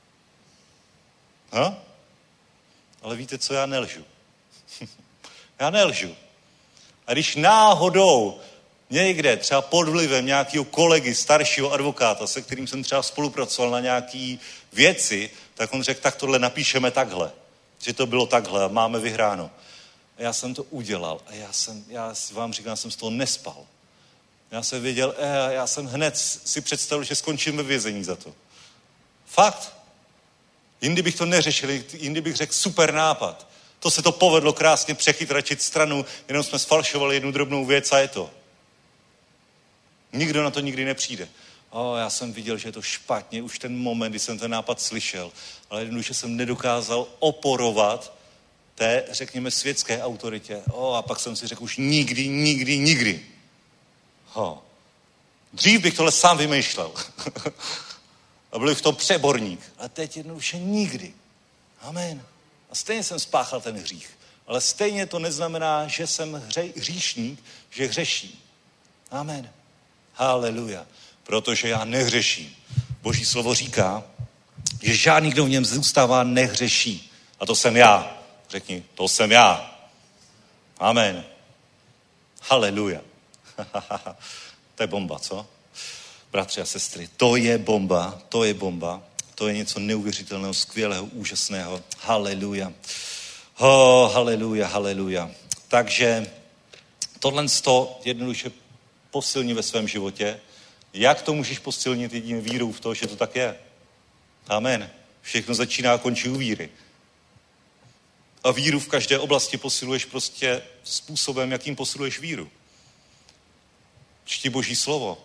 Ale víte co, já nelžu. Já nelžu. A když náhodou někde, třeba pod vlivem nějakého kolegy, staršího advokáta, se kterým jsem třeba spolupracoval na nějaký věci, tak on řekl, tak tohle napíšeme takhle. Že to bylo takhle a máme vyhráno. A já jsem to udělal a já vám říkám, jsem z toho nespal. Já jsem věděl, já jsem hned si představil, že skončím ve vězení za to. Fakt. Jindy bych to neřešil, jindy bych řekl super nápad. To se to povedlo krásně přechytračit stranu, jenom jsme sfalšovali jednu drobnou věc a je to. Nikdo na to nikdy nepřijde. Já jsem viděl, že je to špatně, už ten moment, kdy jsem ten nápad slyšel, ale jednoduše jsem nedokázal oporovat té, řekněme, světské autoritě. A pak jsem si řekl už nikdy. Dřív bych tohle sám vymýšlel. A byl v tom přeborník. Ale teď jednoduše nikdy. Amen. A stejně jsem spáchal ten hřích. Ale stejně to neznamená, že jsem hříšník, že hřeším. Amen. Haleluja. Protože já nehřeším. Boží slovo říká, že žádný, kdo v něm zůstává, nehřeší. A to jsem já. Řekni, to jsem já. Amen. Haleluja. To je bomba, co? Bratři a sestry, to je bomba. To je něco neuvěřitelného, skvělého, úžasného. Haleluja. Haleluja. Takže tohle jednoduše posilní ve svém životě. Jak to můžeš posilnit jedině vírou v to, že to tak je? Amen. Všechno začíná a končí u víry. A víru v každé oblasti posiluješ prostě způsobem, jakým posiluješ víru. Čti Boží slovo.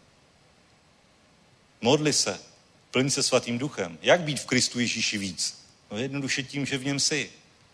Modli se. Plň se svatým duchem. Jak být v Kristu Ježíši víc? No jednoduše tím, že v něm jsi.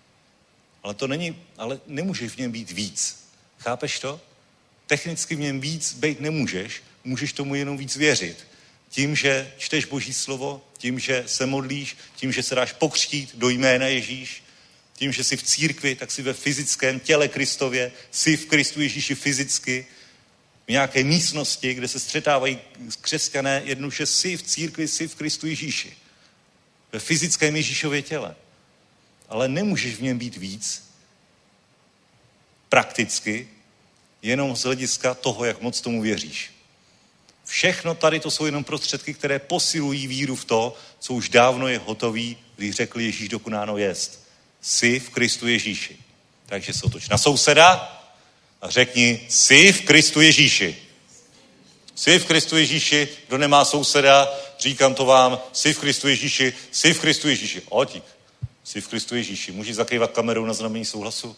Ale nemůžeš v něm být víc. Chápeš to? Technicky v něm víc být nemůžeš. Můžeš tomu jenom víc věřit. Tím, že čteš Boží slovo, tím, že se modlíš, tím, že se dáš pokřtít do jména Ježíš, tím, že jsi v církvi, tak jsi ve fyzickém těle Kristově, jsi v Kristu Ježíši fyzicky, v nějaké místnosti, kde se střetávají křesťané, jednoduše jsi v církvi, jsi v Kristu Ježíši. Ve fyzickém Ježíšově těle. Ale nemůžeš v něm být víc prakticky, jenom z hlediska toho, jak moc tomu věříš. Všechno tady to jsou jenom prostředky, které posilují víru v to, co už dávno je hotový, když řekl Ježíš dokonáno jest. Jsi v Kristu Ježíši. Takže se otoč na souseda a řekni, jsi v Kristu Ježíši. Jsi v Kristu Ježíši, kdo nemá souseda, říkám to vám, jsi v Kristu Ježíši, jsi v Kristu Ježíši. Otík, jsi v Kristu Ježíši. Můžeš zakrývat kamerou na znamení souhlasu?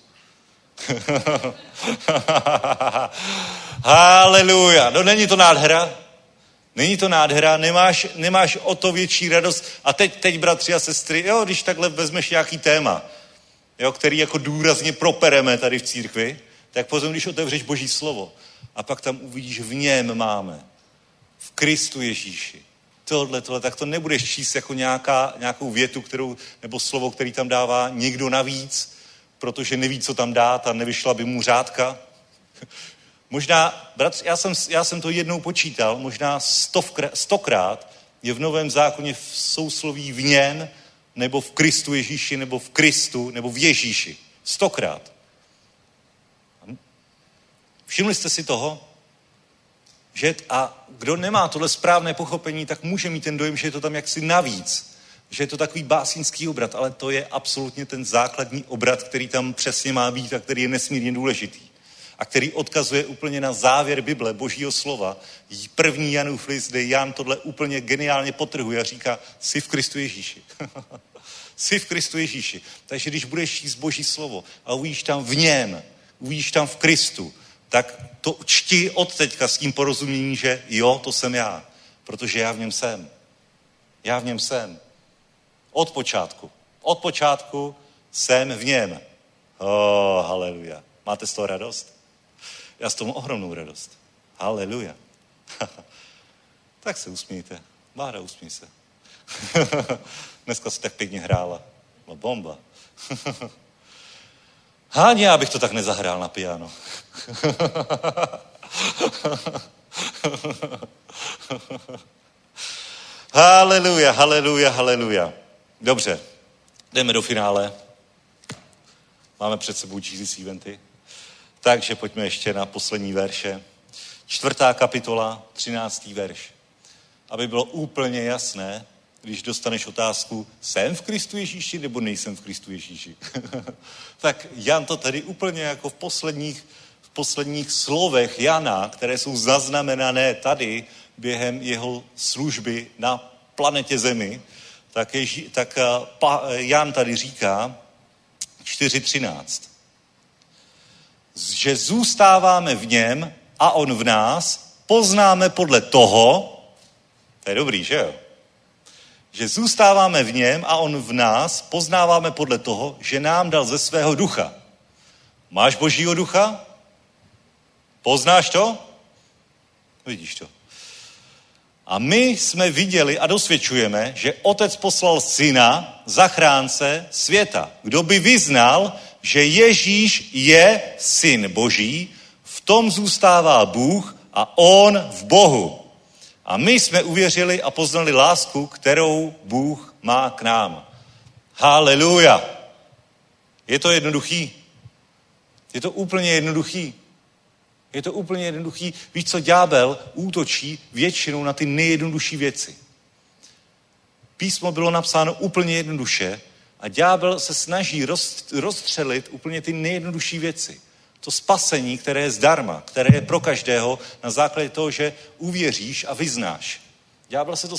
Haleluja. No není to nádhera? Není to nádhera? Nemáš o to větší radost? A teď bratři a sestry, když takhle vezmeš nějaký téma, který jako důrazně propereme tady v církvi, tak potom, když otevřeš Boží slovo a pak tam uvidíš, v něm máme, v Kristu Ježíši, tohle, tak to nebudeš číst jako nějakou větu, nebo slovo, který tam dává někdo navíc, protože neví, co tam dát a nevyšla by mu řádka. Možná, bratři, já jsem to jednou počítal, možná 100krát je v Novém zákoně v sousloví v něm, nebo v Kristu Ježíši, nebo v Kristu, nebo v Ježíši. 100krát. Všimli jste si toho? A kdo nemá tohle správné pochopení, tak může mít ten dojem, že je to tam jaksi navíc. Že je to takový básnický obrat, ale to je absolutně ten základní obrat, který tam přesně má být a který je nesmírně důležitý. A který odkazuje úplně na závěr Bible, Božího slova. 1. Janův list, kde Jan tohle úplně geniálně podtrhuje a říká, jsi v Kristu Ježíši. Jsi v Kristu Ježíši. Takže když budeš číst Boží slovo a uvidíš tam v něm, uvidíš tam v Kristu, tak to čti od teďka s tím porozuměním, že jo, to jsem já. Protože já v něm jsem. Já v něm jsem. Od počátku. Od počátku jsem v něm. Haleluja. Máte z toho radost? Já z toho mám ohromnou radost. Haleluja. Tak se usmějte. Bára, usměj se. Dneska si tak pěkně hrála. No bomba. Ani já bych to tak nezahrál na piano. Haleluja, haleluja, haleluja. Dobře, jdeme do finále. Máme před sebou Jesus eventy. Takže pojďme ještě na poslední verše. 4. kapitola, 13. verš. Aby bylo úplně jasné, když dostaneš otázku, jsem v Kristu Ježíši nebo nejsem v Kristu Ježíši? Tak Jan to tady úplně jako v posledních slovech Jana, které jsou zaznamenané tady během jeho služby na planetě Zemi, tak Jan tady říká 4.13, že zůstáváme v něm a on v nás, poznáme podle toho, to je dobrý, že jo? Že zůstáváme v něm a on v nás, poznáváme podle toho, že nám dal ze svého ducha. Máš Božího ducha? Poznáš to? Vidíš to. A my jsme viděli a dosvědčujeme, že Otec poslal Syna, zachránce světa. Kdo by vyznal, že Ježíš je Syn Boží, v tom zůstává Bůh a on v Bohu. A my jsme uvěřili a poznali lásku, kterou Bůh má k nám. Haleluja. Je to jednoduchý? Je to úplně jednoduchý. Je to úplně jednoduchý. Víš co, ďábel útočí většinou na ty nejjednodušší věci. Písmo bylo napsáno úplně jednoduše a ďábel se snaží rozstřelit úplně ty nejjednodušší věci. To spasení, které je zdarma, které je pro každého na základě toho, že uvěříš a vyznáš. Ďábel se to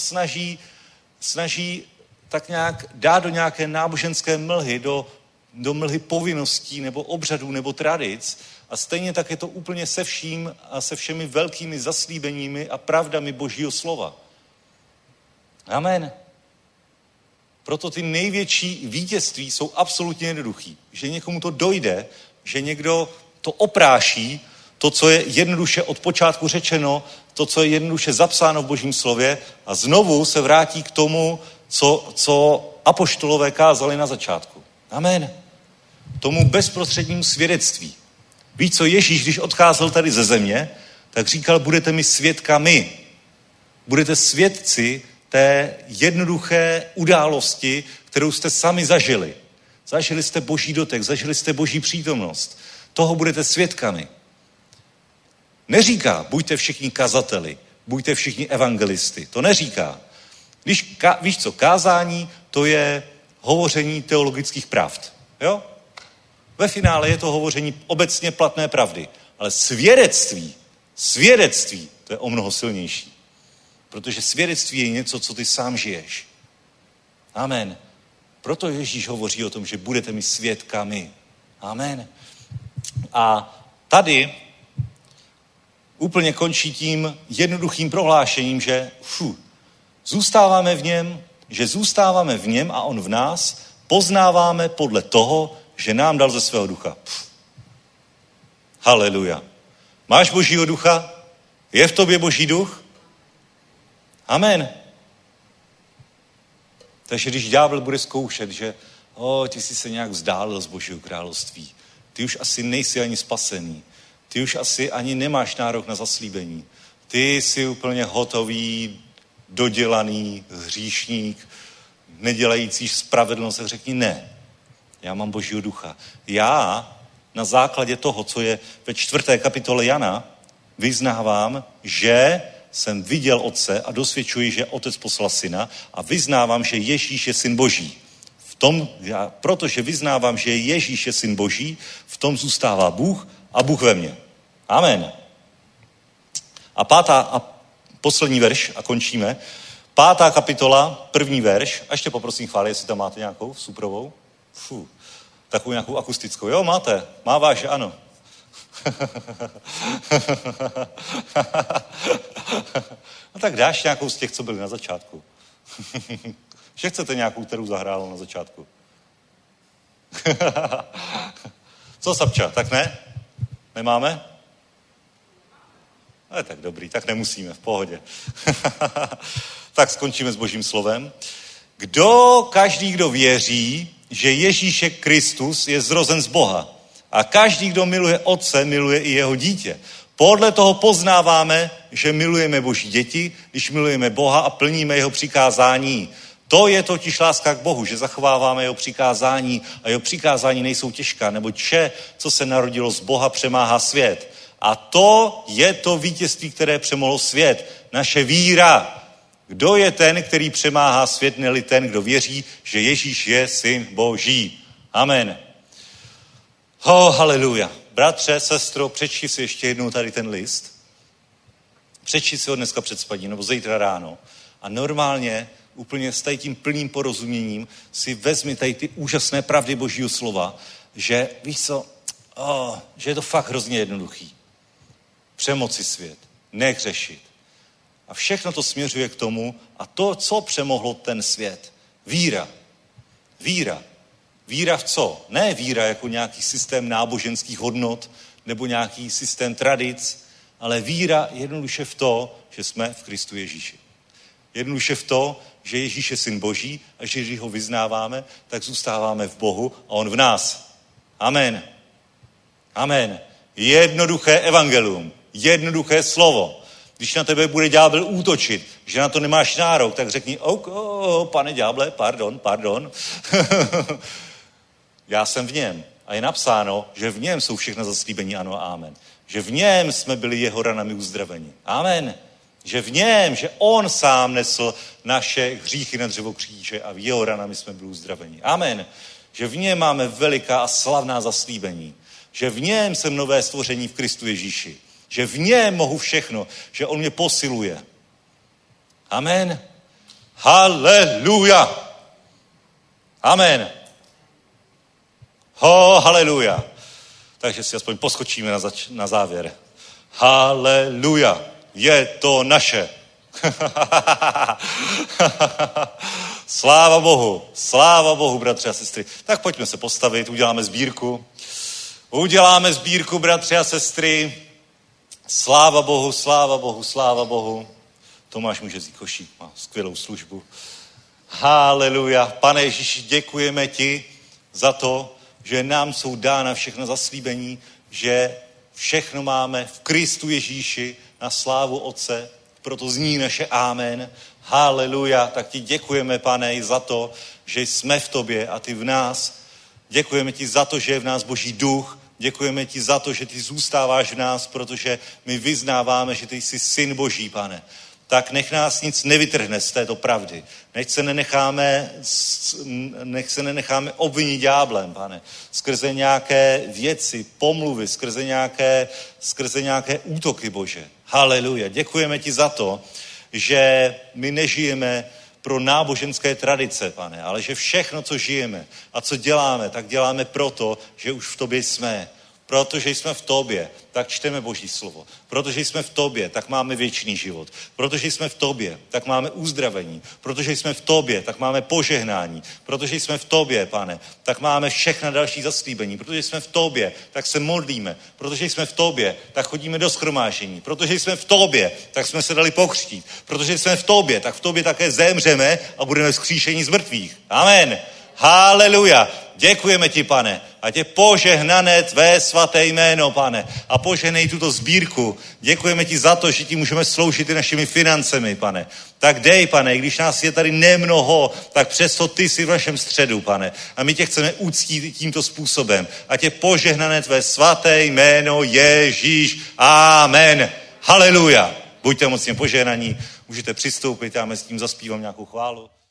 snaží tak nějak dát do nějaké náboženské mlhy, do mlhy povinností nebo obřadů nebo tradic a stejně tak je to úplně se vším a se všemi velkými zaslíbeními a pravdami Božího slova. Amen. Proto ty největší vítězství jsou absolutně jednoduchý. Že někomu to dojde, že někdo to opráší, to, co je jednoduše od počátku řečeno, to, co je jednoduše zapsáno v Božím slově a znovu se vrátí k tomu, co apoštolové kázali na začátku. Amen. Tomu bezprostřednímu svědectví. Víš co, Ježíš, když odcházel tady ze země, tak říkal, budete mi svědkami. Budete svědci té jednoduché události, kterou jste sami zažili. Zažili jste Boží dotek, zažili jste Boží přítomnost. Toho budete svědkami. Neříká, buďte všichni kazateli, buďte všichni evangelisty. To neříká. Víš co, kázání, to je hovoření teologických pravd. Jo? Ve finále je to hovoření obecně platné pravdy. Ale svědectví, to je o mnoho silnější. Protože svědectví je něco, co ty sám žiješ. Amen. Proto Ježíš hovoří o tom, že budete mi svědkami. Amen. A tady úplně končí tím jednoduchým prohlášením, že zůstáváme v něm a on v nás, poznáváme podle toho, že nám dal ze svého ducha. Haleluja. Máš Božího ducha? Je v tobě Boží duch? Amen. Takže když ďábel bude zkoušet, že ty jsi se nějak vzdálil z Božího království, ty už asi nejsi ani spasený, ty už asi ani nemáš nárok na zaslíbení. Ty jsi úplně hotový, dodělaný hříšník, nedělající spravedlnost, tak řekni ne. Já mám Božího ducha. Já na základě toho, co je ve 4. kapitole Jana, vyznávám, že jsem viděl Otce a dosvědčuji, že Otec poslal Syna a vyznávám, že Ježíš je Syn Boží. Protože vyznávám, že Ježíš je Syn Boží, v tom zůstává Bůh a Bůh ve mně. Amen. A poslední verš a končíme. 5. kapitola, 1. verš. A ještě poprosím chváli, jestli tam máte nějakou suprovou. Takovou nějakou akustickou. Jo, máte. Máváš, že ano. No tak dáš nějakou z těch, co byly na začátku. Že chcete nějakou, kterou zahrálo na začátku. Co, Sapča, tak ne? Nemáme? Ale tak dobrý, tak nemusíme, v pohodě. Tak skončíme s Božím slovem. Každý, kdo věří, že Ježíš je Kristus, je zrozen z Boha. A každý, kdo miluje Otce, miluje i jeho dítě. Podle toho poznáváme, že milujeme Boží děti, když milujeme Boha a plníme jeho přikázání. To je totiž láska k Bohu, že zachováváme jeho přikázání a jeho přikázání nejsou těžká, nebo vše, co se narodilo z Boha, přemáhá svět. A to je to vítězství, které přemohlo svět. Naše víra. Kdo je ten, který přemáhá svět, ne-li ten, kdo věří, že Ježíš je Syn Boží. Amen. Haleluja. Bratře, sestro, přečti si ještě jednou tady ten list. Přečti si ho dneska před spaním, nebo zítra ráno. A normálně, úplně s tím plným porozuměním, si vezmi tady ty úžasné pravdy Božího slova, že víš co, že je to fakt hrozně jednoduchý. Přemoci svět, nehřešit. A všechno to směřuje k tomu, a to, co přemohlo ten svět. Víra. Víra. Víra v co? Ne víra jako nějaký systém náboženských hodnot nebo nějaký systém tradic, ale víra jednoduše v to, že jsme v Kristu Ježíši. Jednoduše v to, že Ježíš je Syn Boží a že když ho vyznáváme, tak zůstáváme v Bohu a on v nás. Amen. Amen. Jednoduché evangelium. Jednoduché slovo. Když na tebe bude ďábel útočit, že na to nemáš nárok, tak řekni, pane ďáble, pardon. Já jsem v něm. A je napsáno, že v něm jsou všechna zaslíbení, ano a amen. Že v něm jsme byli jeho ranami uzdraveni. Amen. Že v něm, že on sám nesl naše hříchy na dřevo kříže a v jeho ranami jsme byli uzdraveni. Amen. Že v něm máme veliká a slavná zaslíbení. Že v něm jsem nové stvoření v Kristu Ježíši. Že v něm mohu všechno, že on mě posiluje. Amen. Haleluja. Amen. Haleluja. Takže si aspoň poskočíme na závěr. Haleluja. Je to naše. Sláva Bohu, bratři a sestry. Tak pojďme se postavit, uděláme sbírku. Bratři a sestry. Sláva Bohu. Tomáš může vzít košík, má skvělou službu. Haleluja. Pane Ježíši, děkujeme ti za to, že nám jsou dána všechna zaslíbení, že všechno máme v Kristu Ježíši na slávu Otce, proto zní naše amen. Haleluja. Tak ti děkujeme, Pane, i za to, že jsme v tobě a ty v nás. Děkujeme ti za to, že je v nás Boží duch. Děkujeme ti za to, že ty zůstáváš v nás, protože my vyznáváme, že ty jsi Syn Boží, Pane. Tak nech nás nic nevytrhne z této pravdy. Nech se nenecháme obvinit ďáblem, Pane. Skrze nějaké věci, pomluvy, skrze nějaké útoky, Bože. Haleluja. Děkujeme ti za to, že my nežijeme pro náboženské tradice, Pane, ale že všechno, co žijeme a co děláme, tak děláme proto, že už v tobě jsme. Protože jsme v tobě, tak čteme Boží slovo. Protože jsme v tobě, tak máme věčný život. Protože jsme v tobě, tak máme uzdravení. Protože jsme v tobě, tak máme požehnání. Protože jsme v tobě, Pane, tak máme všechna další zaslíbení. Protože jsme v tobě, tak se modlíme. Protože jsme v tobě, tak chodíme do shromáždění. Protože jsme v tobě, tak jsme se dali pokřtít. Protože jsme v tobě, tak v tobě také zemřeme a budeme vzkříšeni z mrtvých. Amen. Haleluja. Děkujeme ti, pane. Ať je požehnané tvé svaté jméno, pane. A požehnej tuto sbírku. Děkujeme ti za to, že ti můžeme sloužit i našimi financemi, pane. Tak dej, pane, když nás je tady nemnoho, tak přesto ty jsi v našem středu, pane. A my tě chceme uctít tímto způsobem. Ať je požehnané tvé svaté jméno Ježíš. Amen. Haleluja. Buďte mocně požehnaní. Můžete přistoupit, já mezi tím zaspívám nějakou chválu.